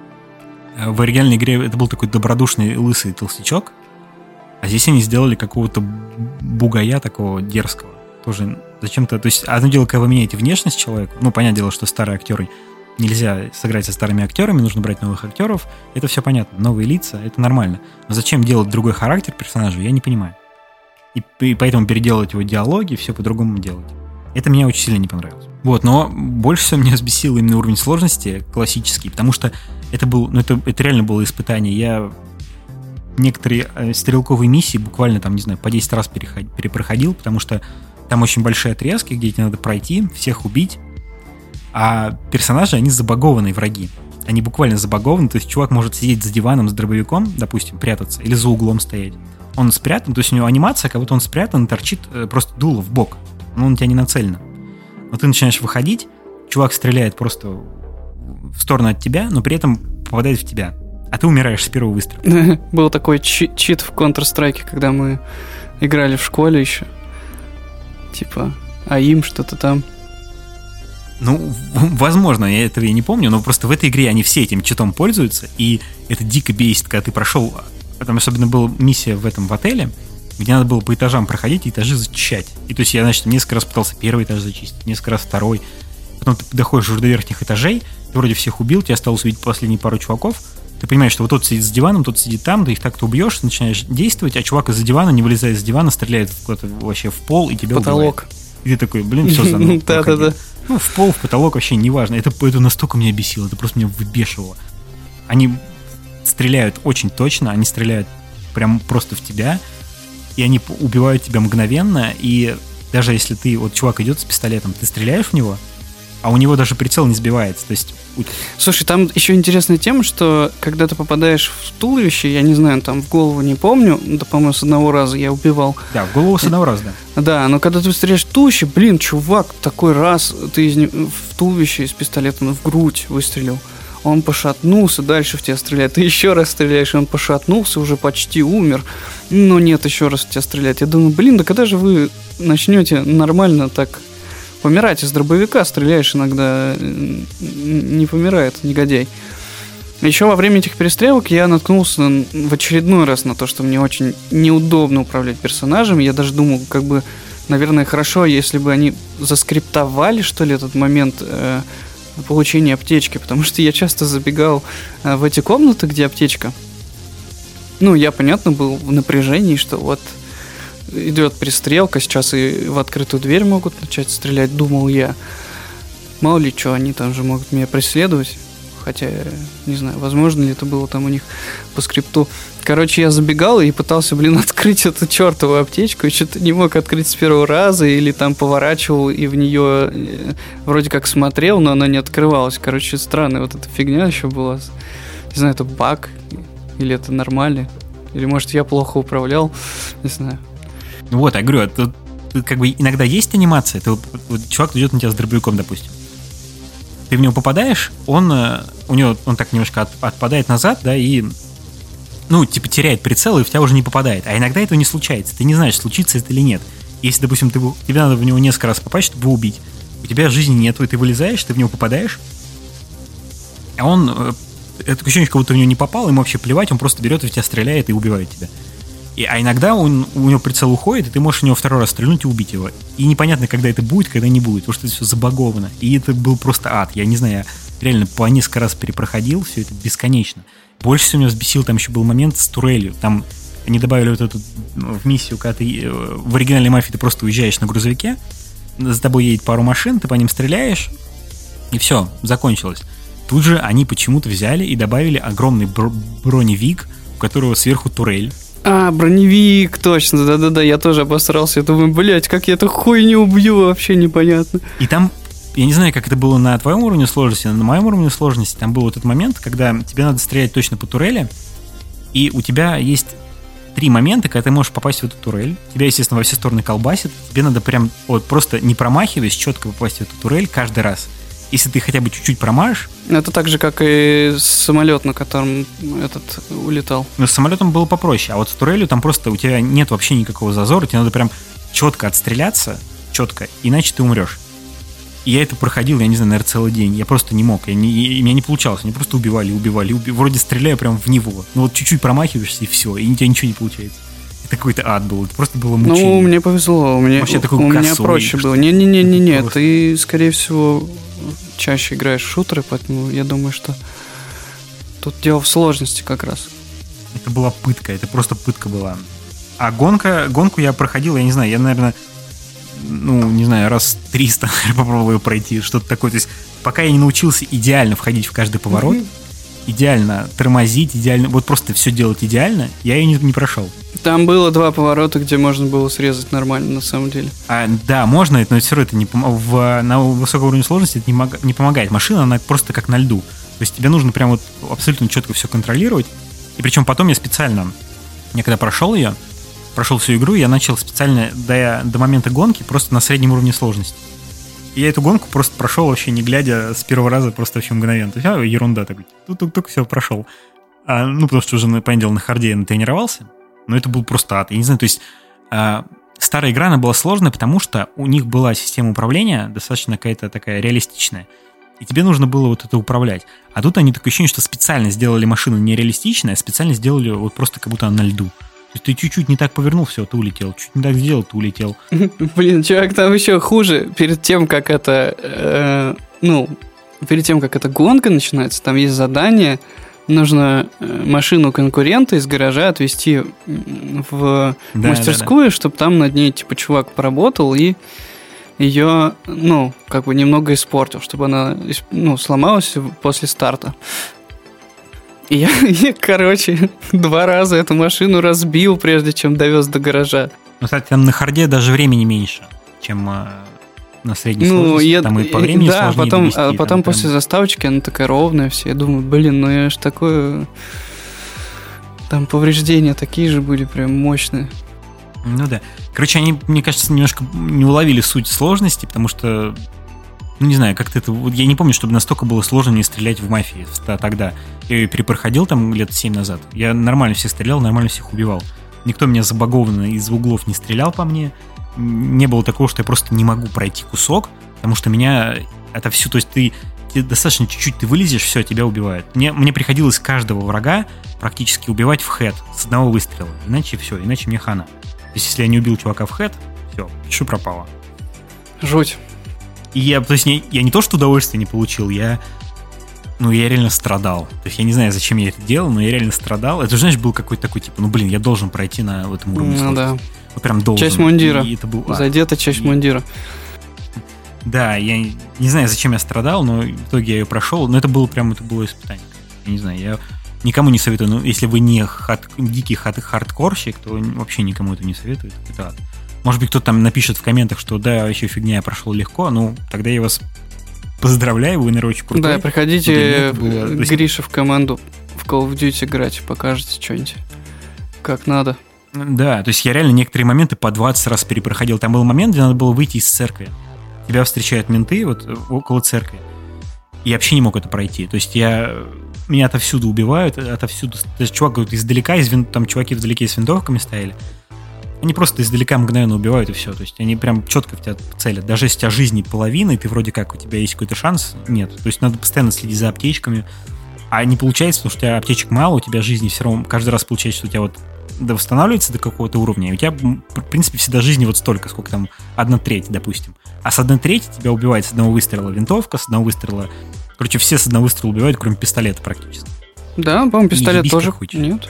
в оригинальной игре это был такой добродушный лысый толстячок, а здесь они сделали какого-то бугая такого дерзкого. Тоже зачем-то... То есть одно дело, когда вы меняете внешность человека, ну, понятное дело, что старые актеры нельзя сыграть со старыми актерами, нужно брать новых актеров, это все понятно, новые лица, это нормально. Но зачем делать другой характер персонажа, я не понимаю. И поэтому переделывать его диалоги, все по-другому делать. Это мне очень сильно не понравилось. Вот, но больше всего меня взбесил именно уровень сложности классический, потому что это реально было испытание. Я некоторые стрелковые миссии буквально там, не знаю, по 10 раз перепроходил, потому что там очень большие отрезки, где тебе надо пройти, всех убить, а персонажи, они забагованные враги. Они буквально забагованы, то есть чувак может сидеть за диваном с дробовиком, допустим, прятаться, или за углом стоять. Он спрятан, то есть у него анимация, как будто он спрятан, торчит просто дуло в бок. Но он на тебя не нацелен. Но ты начинаешь выходить, чувак стреляет просто в сторону от тебя, но при этом попадает в тебя. А ты умираешь с первого выстрела. Был такой чит в Counter-Strike, когда мы играли в школе еще. Типа АИМ, что-то там. Ну, возможно, я этого не помню, но просто в этой игре они все этим читом пользуются, и это дико бесит, когда ты прошел... Там особенно была миссия в отеле, где надо было по этажам проходить и этажи зачищать. И то есть я, значит, несколько раз пытался первый этаж зачистить, несколько раз второй. Потом ты доходишь уже до верхних этажей, ты вроде всех убил, тебе осталось увидеть последние пару чуваков. Ты понимаешь, что вот тот сидит с диваном, тот сидит там, ты их так-то убьешь, начинаешь действовать, а чувак из-за дивана, не вылезая из дивана, стреляет куда-то вообще в пол и тебя потолок. Убивает. И ты такой: блин, все заново. Да. Ну, в пол, в потолок, вообще неважно. Это настолько меня бесило, это просто меня выбешивало. Они стреляют очень точно, они стреляют прям просто в тебя, и они убивают тебя мгновенно, и даже если чувак идет с пистолетом, ты стреляешь в него, а у него даже прицел не сбивается, то есть... Слушай, там еще интересная тема, что когда ты попадаешь в туловище, я не знаю, там в голову не помню, да, по-моему, с одного раза я убивал. Да, в голову с одного раза, да. Да, но когда ты стреляешь в туловище, блин, чувак, такой раз ты в туловище из пистолета в грудь выстрелил. Он пошатнулся, дальше в тебя стреляет. Ты еще раз стреляешь, он пошатнулся, уже почти умер. Но нет, еще раз в тебя стреляет. Я думаю, блин, да когда же вы начнете нормально так помирать? Из дробовика стреляешь иногда, не помирает негодяй. Еще во время этих перестрелок я наткнулся в очередной раз на то, что мне очень неудобно управлять персонажем. Я даже думал, как бы, наверное, хорошо, если бы они заскриптовали, что ли, этот момент... получение аптечки, потому что я часто забегал в эти комнаты, где аптечка. Ну, я, понятно, был в напряжении, что вот идет перестрелка, сейчас и в открытую дверь могут начать стрелять, думал я. Мало ли что, они там же могут меня преследовать. Хотя, не знаю, возможно ли это было там у них по скрипту. Короче, я забегал и пытался, открыть эту чертову аптечку, и что-то не мог открыть с первого раза, или там поворачивал и в нее вроде как смотрел, но она не открывалась. Короче, странная вот эта фигня еще была. Не знаю, это баг, или это нормально, или, может, я плохо управлял, не знаю. Ну вот, я говорю, тут как бы иногда есть анимация, чувак идет на тебя с дробовиком, допустим. Ты в него попадаешь, он так немножко отпадает назад, да, и, теряет прицел, и в тебя уже не попадает. А иногда этого не случается. Ты не знаешь, случится это или нет. Если, допустим, тебе надо в него несколько раз попасть, чтобы его убить, у тебя жизни нету, и ты вылезаешь, ты в него попадаешь, а он, это ощущение, как будто в него не попал, ему вообще плевать, он просто берет и в тебя стреляет и убивает тебя. А иногда у него прицел уходит, и ты можешь в него второй раз стрельнуть и убить его. И непонятно, когда это будет, когда не будет, потому что это все забаговано. И это был просто ад. Я не знаю, я реально по несколько раз перепроходил все это бесконечно. Больше всего меня взбесил, там еще был момент с турелью. Там они добавили вот эту в миссию, когда ты в оригинальной «Мафии» ты просто уезжаешь на грузовике, за тобой едет пару машин, ты по ним стреляешь, и все, закончилось. Тут же они почему-то взяли и добавили огромный броневик, у которого сверху турель. Броневик, точно, да-да-да, я тоже обосрался. Я думаю, блядь, как я эту хуйню убью, вообще непонятно. И там, я не знаю, как это было на твоем уровне сложности, но на моем уровне сложности там был вот этот момент, когда тебе надо стрелять точно по турели, и у тебя есть 3 момента, когда ты можешь попасть в эту турель. Тебя, естественно, во все стороны колбасит. Тебе надо прям вот просто не промахиваясь, четко попасть в эту турель каждый раз. Если ты хотя бы чуть-чуть промажешь... Это так же, как и самолет, на котором этот улетал. Но с самолетом было попроще. А вот с турелью там просто у тебя нет вообще никакого зазора. Тебе надо прям четко отстреляться, четко, иначе ты умрешь. И я это проходил, я не знаю, наверное, целый день. Я просто не мог. У меня не получалось. Они просто убивали. Вроде стреляю прям в него. Но вот чуть-чуть промахиваешься, и все. И у тебя ничего не получается. Это какой-то ад был. Это просто было мучение. Ну, мне повезло. У меня проще было. Не-не-не. Ты, скорее всего, чаще играешь в шутеры, поэтому я думаю, что тут дело в сложности как раз. Это была пытка. Это просто пытка была. А гонку я проходил, я не знаю, я, наверное... не знаю, раз 300 попробовал ее пройти, что-то такое. То есть, пока я не научился идеально входить в каждый поворот, идеально тормозить, идеально, вот просто все делать идеально, я ее не прошел. Там было 2 поворота, где можно было срезать нормально, на самом деле. Да, можно, но все равно это на высоком уровне сложности это не помогает. Машина, она просто как на льду. То есть, тебе нужно прям вот абсолютно четко все контролировать. И причем потом я когда прошел всю игру, я начал специально до момента гонки просто на среднем уровне сложности. И я эту гонку просто прошел вообще не глядя с первого раза, просто вообще мгновенно. То есть, ерунда такой. Тук-тук-тук, все, прошел. Потому что уже, понятное дело, на харде я натренировался. Но это был просто ад. Я не знаю, то есть старая игра, она была сложная, потому что у них была система управления достаточно какая-то такая реалистичная. И тебе нужно было вот это управлять. А тут они такое ощущение, что специально сделали машину нереалистичной, а специально сделали вот просто как будто она на льду. То есть ты чуть-чуть не так повернул, все, ты улетел. Чуть не так сделал, ты улетел. Блин, чувак, там еще хуже. Перед тем, как эта гонка начинается, там есть задание. Нужно машину конкурента из гаража отвезти в мастерскую, чтобы там над ней, чувак поработал и ее, немного испортил, чтобы она, сломалась после старта. И я, 2 раза эту машину разбил, прежде чем довез до гаража. Кстати, там на харде даже времени меньше, чем на средней сложности. Там и по времени сложнее довести. Потом после заставочки она такая ровная вся. Я думаю, я ж такое... Там повреждения такие же были, прям мощные. Ну да. Короче, они, мне кажется, немножко не уловили суть сложности, потому что... не знаю, как-то это... Я не помню, чтобы настолько было сложно не стрелять в мафии тогда. Я ее перепроходил там лет 7 назад. Я нормально всех стрелял, нормально всех убивал. Никто меня забагованно из углов не стрелял по мне. Не было такого, что я просто не могу пройти кусок, потому что меня отовсюду... То есть ты достаточно чуть-чуть ты вылезешь, все, тебя убивают. Мне приходилось каждого врага практически убивать в хэд с одного выстрела. Иначе мне хана. То есть если я не убил чувака в хэд, все, пишу пропало. Жуть. И я не то, что удовольствие не получил, я реально страдал. То есть я не знаю, зачем я это делал, но я реально страдал. Это, знаешь, был какой-то такой, я должен пройти на этом уровне сложности. Да. Вот прям должен. Часть мундира. И это был задета часть мундира. Да, я не знаю, зачем я страдал, но в итоге я ее прошел. Но это было испытание. Я не знаю, я никому не советую. Но если вы не дикий хардкорщик, то вообще никому это не советую. Это ад. Может быть, кто-то там напишет в комментах, что да, еще фигня, я прошел легко. Тогда я вас поздравляю, вы, наверное, очень крутой. Да, приходите Гриша в команду в Call of Duty играть, покажете что-нибудь, как надо. Да, то есть я реально некоторые моменты по 20 раз перепроходил. Там был момент, где надо было выйти из церкви. Тебя встречают менты вот около церкви. И я вообще не мог это пройти. То есть меня отовсюду убивают, отовсюду... То есть чувак говорит, издалека, там чуваки вдалеке с винтовками стояли. Они просто издалека мгновенно убивают, и все. То есть они прям четко в тебя целят. Даже если у тебя жизни половина, и ты вроде как, у тебя есть какой-то шанс, нет. То есть надо постоянно следить за аптечками. А не получается, потому что у тебя аптечек мало, у тебя жизни все равно каждый раз получается, что у тебя вот восстанавливается до какого-то уровня, и у тебя, в принципе, всегда жизни вот столько, сколько там 1/3, допустим. А с 1/3 тебя убивает с одного выстрела винтовка, с одного выстрела... Короче, все с одного выстрела убивают, кроме пистолета практически. Да, по-моему, пистолет тоже... Нет.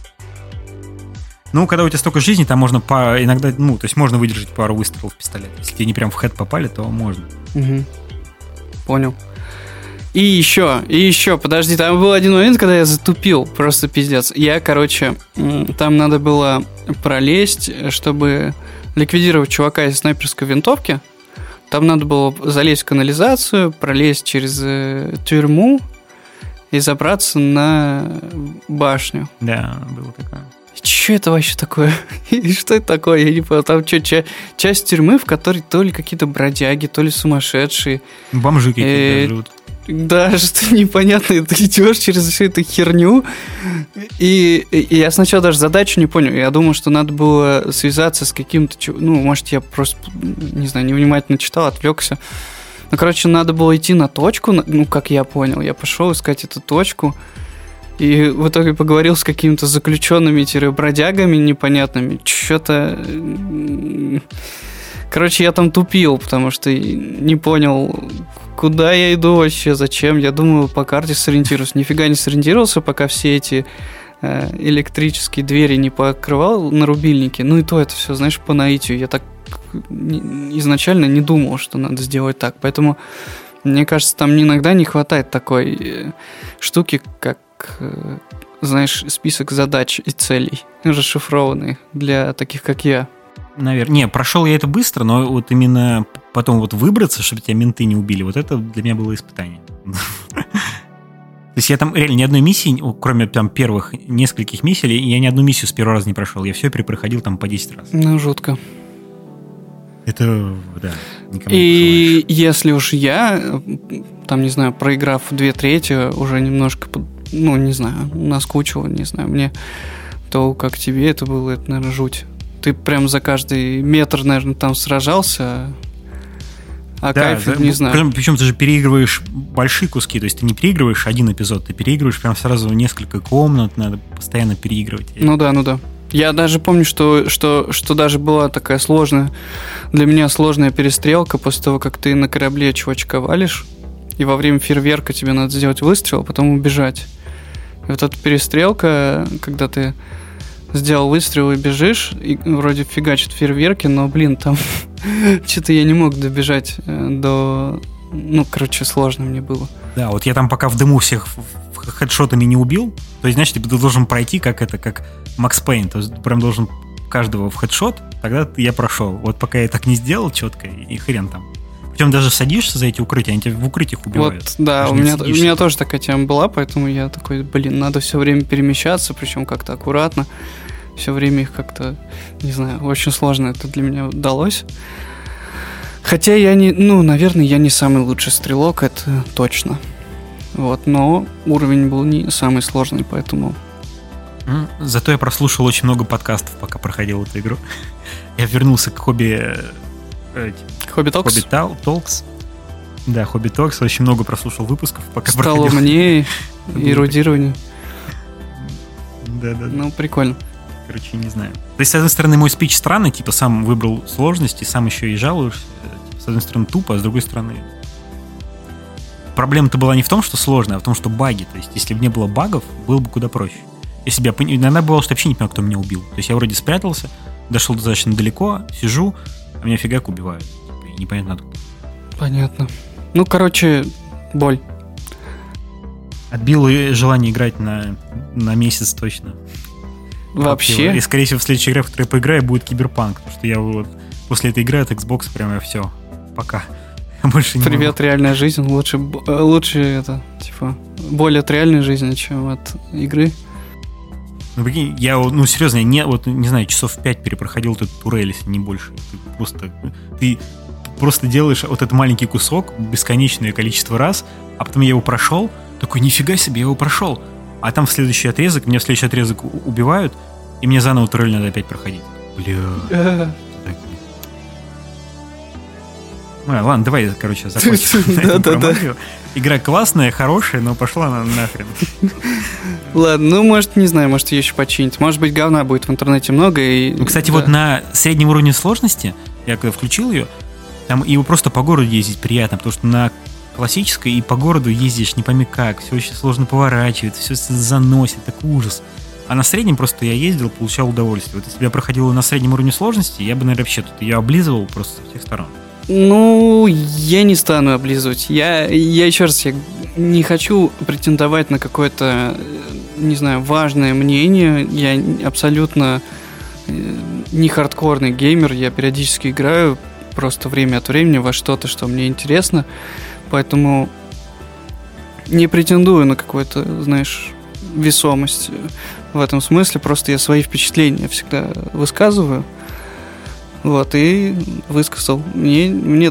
Когда у тебя столько жизни, там можно иногда, то есть можно выдержать пару выстрелов в пистолет. Если тебе не прям в хэд попали, то можно. Угу. Понял. И еще, подожди, там был один момент, когда я затупил, просто пиздец. Я, короче, там надо было пролезть, чтобы ликвидировать чувака из снайперской винтовки. Там надо было залезть в канализацию, пролезть через тюрьму и забраться на башню. Да, было такое. Что это вообще такое? И что это такое? Я не понял. Там что, часть тюрьмы, в которой то ли какие-то бродяги, то ли сумасшедшие. Бомжи какие-то живут. Да, что непонятно. Ты идешь через всю эту херню. И я сначала даже задачу не понял. Я думал, что надо было связаться с каким-то... Ну, может, я просто, не знаю, невнимательно читал, отвлекся. Ну, короче, надо было идти на точку, ну, как я понял. Я пошел искать эту точку. И в итоге поговорил с какими-то заключенными-бродягами непонятными. Что-то... Короче, я там тупил, потому что не понял, куда я иду вообще, зачем. Я думаю, по карте сориентируюсь. Нифига не сориентировался, пока все эти электрические двери не покрывал на рубильнике. Ну и то это все, знаешь, по наитию. Я так изначально не думал, что надо сделать так. Поэтому, мне кажется, там иногда не хватает такой штуки, как, знаешь, список задач и целей, расшифрованный для таких, как я. Наверное. Не, прошел я это быстро, но вот именно потом вот выбраться, чтобы тебя менты не убили, вот это для меня было испытание. То есть я там реально ни одной миссии, кроме там первых нескольких миссий, я ни одну миссию с первого раза не прошел. Я все перепроходил там по 10 раз. Ну, жутко. Это, да, никому не пожелаешь. Если уж я, там, не знаю, проиграв 2/3, уже немножко, ну, не знаю, наскучило, не знаю, мне, то, как тебе это было, это, наверное, жуть. Ты прям за каждый метр, наверное, там сражался, а да, кайф, не знаю. Причем ты же переигрываешь большие куски, то есть ты не переигрываешь один эпизод, ты переигрываешь прям сразу несколько комнат, надо постоянно переигрывать. Ну да. Я даже помню, что даже была такая сложная, для меня сложная перестрелка после того, как ты на корабле чувачка валишь, и во время фейерверка тебе надо сделать выстрел, а потом убежать. И вот эта перестрелка, когда ты сделал выстрел и бежишь, и вроде фигачат фейерверки, но, блин, там что-то я не мог добежать до... Ну, короче, сложно мне было. Да, вот я там пока в дыму всех хедшотами не убил, то есть, значит, ты должен пройти как Макс Пейн, то есть прям должен каждого в хедшот, тогда я прошел. Вот пока я так не сделал четко, и хрен там. Причем даже садишься за эти укрытия, они тебя в укрытиях убивают. Вот, да, у меня тоже такая тема была, поэтому я такой, блин, надо все время перемещаться, причем как-то аккуратно. Все время их как-то, не знаю, очень сложно это для меня удалось. Хотя я наверное, я не самый лучший стрелок, это точно. Вот, но уровень был не самый сложный, поэтому... Зато я прослушал очень много подкастов, пока проходил эту игру. Я вернулся к Хобби Talks. Да, Хобби Talks. Очень много прослушал выпусков, пока проходил. Стало мне эрудирование. Да. Ну, прикольно. Короче, не знаю. То есть, с одной стороны, мой спич странный, типа, сам выбрал сложности, сам еще и жалуешься. С одной стороны, тупо, а с другой стороны... Проблема-то была не в том, что сложно, а в том, что баги. То есть, если бы не было багов, было бы куда проще. Если бы я... Иногда бывало, что вообще не понимал, кто меня убил. То есть, я вроде спрятался, дошел достаточно далеко, сижу, а меня фигак убивают. Типа, и непонятно откуда. Понятно. Ну, короче, боль. Отбил желание играть на месяц точно. Вообще? И, скорее всего, в следующей игре, в которой я поиграю, будет Киберпанк. Потому что я вот после этой игры от Xbox прям все. Пока. Больше не Привет, могу. реальная жизнь. Лучше это, типа, боль от реальной жизни, чем от игры. Ну, прикинь, я, серьезно, я не знаю, часов 5 перепроходил этот турель, если не больше. Ты просто делаешь вот этот маленький кусок бесконечное количество раз, а потом я его прошел, такой, нифига себе, я его прошел. А там в следующий отрезок убивают, и мне заново турель надо опять проходить. Бля. Ладно, давай, короче, закончим. Да. Игра классная, хорошая, но пошла она нахрен. Ладно, может, не знаю, может, ее еще починить. Может быть, говна будет в интернете много. Кстати, вот на среднем уровне сложности, я когда включил ее, там его просто по городу ездить приятно, потому что на классической и по городу ездишь не пойми как, все очень сложно поворачивает, все заносит, такой ужас. А на среднем просто я ездил, получал удовольствие. Вот если бы я проходил на среднем уровне сложности, я бы, наверное, вообще тут ее облизывал просто со всех сторон. Ну, я не стану облизывать. Я еще раз не хочу претендовать на какое-то, не знаю, важное мнение. Я абсолютно не хардкорный геймер. Я периодически играю просто время от времени во что-то, что мне интересно. Поэтому не претендую на какую-то, знаешь, весомость в этом смысле. Просто я свои впечатления всегда высказываю. Вот, и высказал. Мне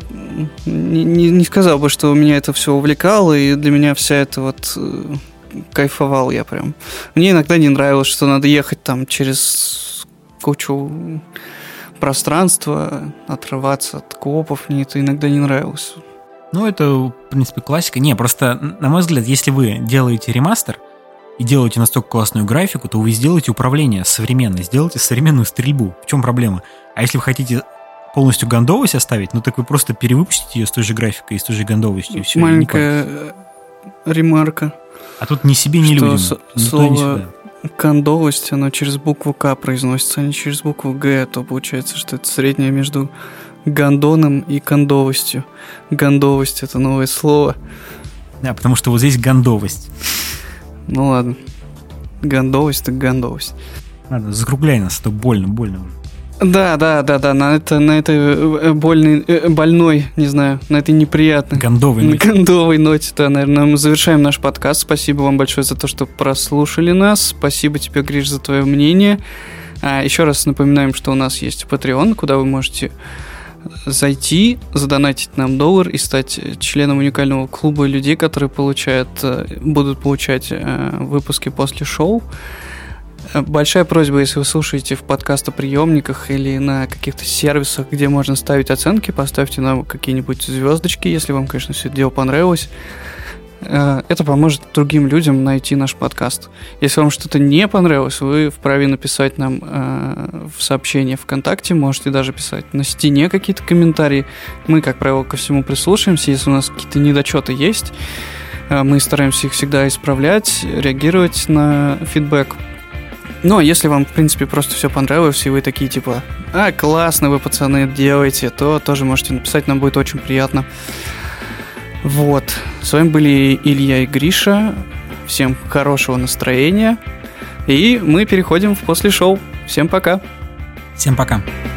не сказал бы, что меня это все увлекало, и для меня вся это вот кайфовал я прям. Мне иногда не нравилось, что надо ехать там через кучу пространства, отрываться от копов. Мне это иногда не нравилось. Ну, это, в принципе, классика. Не, просто, на мой взгляд, если вы делаете ремастер и делаете настолько классную графику, то вы сделаете управление современное, сделайте современную стрельбу. В чем проблема? А если вы хотите полностью гандовость оставить, ну так вы просто перевыпустите ее с той же графикой и с той же гандовостью. И все, маленькая ремарка. А тут ни себе, ни людям. Слово гандовость, оно через букву К произносится, а не через букву Г, то получается, что это среднее между гандоном и гандовостью. Гандовость — это новое слово. Да, потому что вот здесь гандовость. Ну ладно. Гандовость так гандовость. Ладно, закругляй нас, а то больно уже. Да, на этой больной, не знаю, на этой неприятной гандовой ноте, да, наверное, мы завершаем наш подкаст. Спасибо вам большое за то, что прослушали нас. Спасибо тебе, Гриш, за твое мнение. Еще раз напоминаем, что у нас есть Patreon, куда вы можете зайти, задонатить нам $1 и стать членом уникального клуба людей, которые будут получать выпуски после шоу. Большая просьба, если вы слушаете в подкастоприемниках или на каких-то сервисах, где можно ставить оценки, поставьте нам какие-нибудь звездочки, если вам, конечно, все это дело понравилось. Это поможет другим людям найти наш подкаст. Если вам что-то не понравилось, вы вправе написать нам в сообщение ВКонтакте, можете даже писать на стене какие-то комментарии. Мы, как правило, ко всему прислушаемся. Если у нас какие-то недочеты есть, мы стараемся их всегда исправлять, реагировать на фидбэк. Ну, а если вам, в принципе, просто все понравилось, и вы такие, типа, классно вы, пацаны, делаете, то тоже можете написать, нам будет очень приятно. Вот. С вами были Илья и Гриша. Всем хорошего настроения. И мы переходим в после шоу. Всем пока. Всем пока.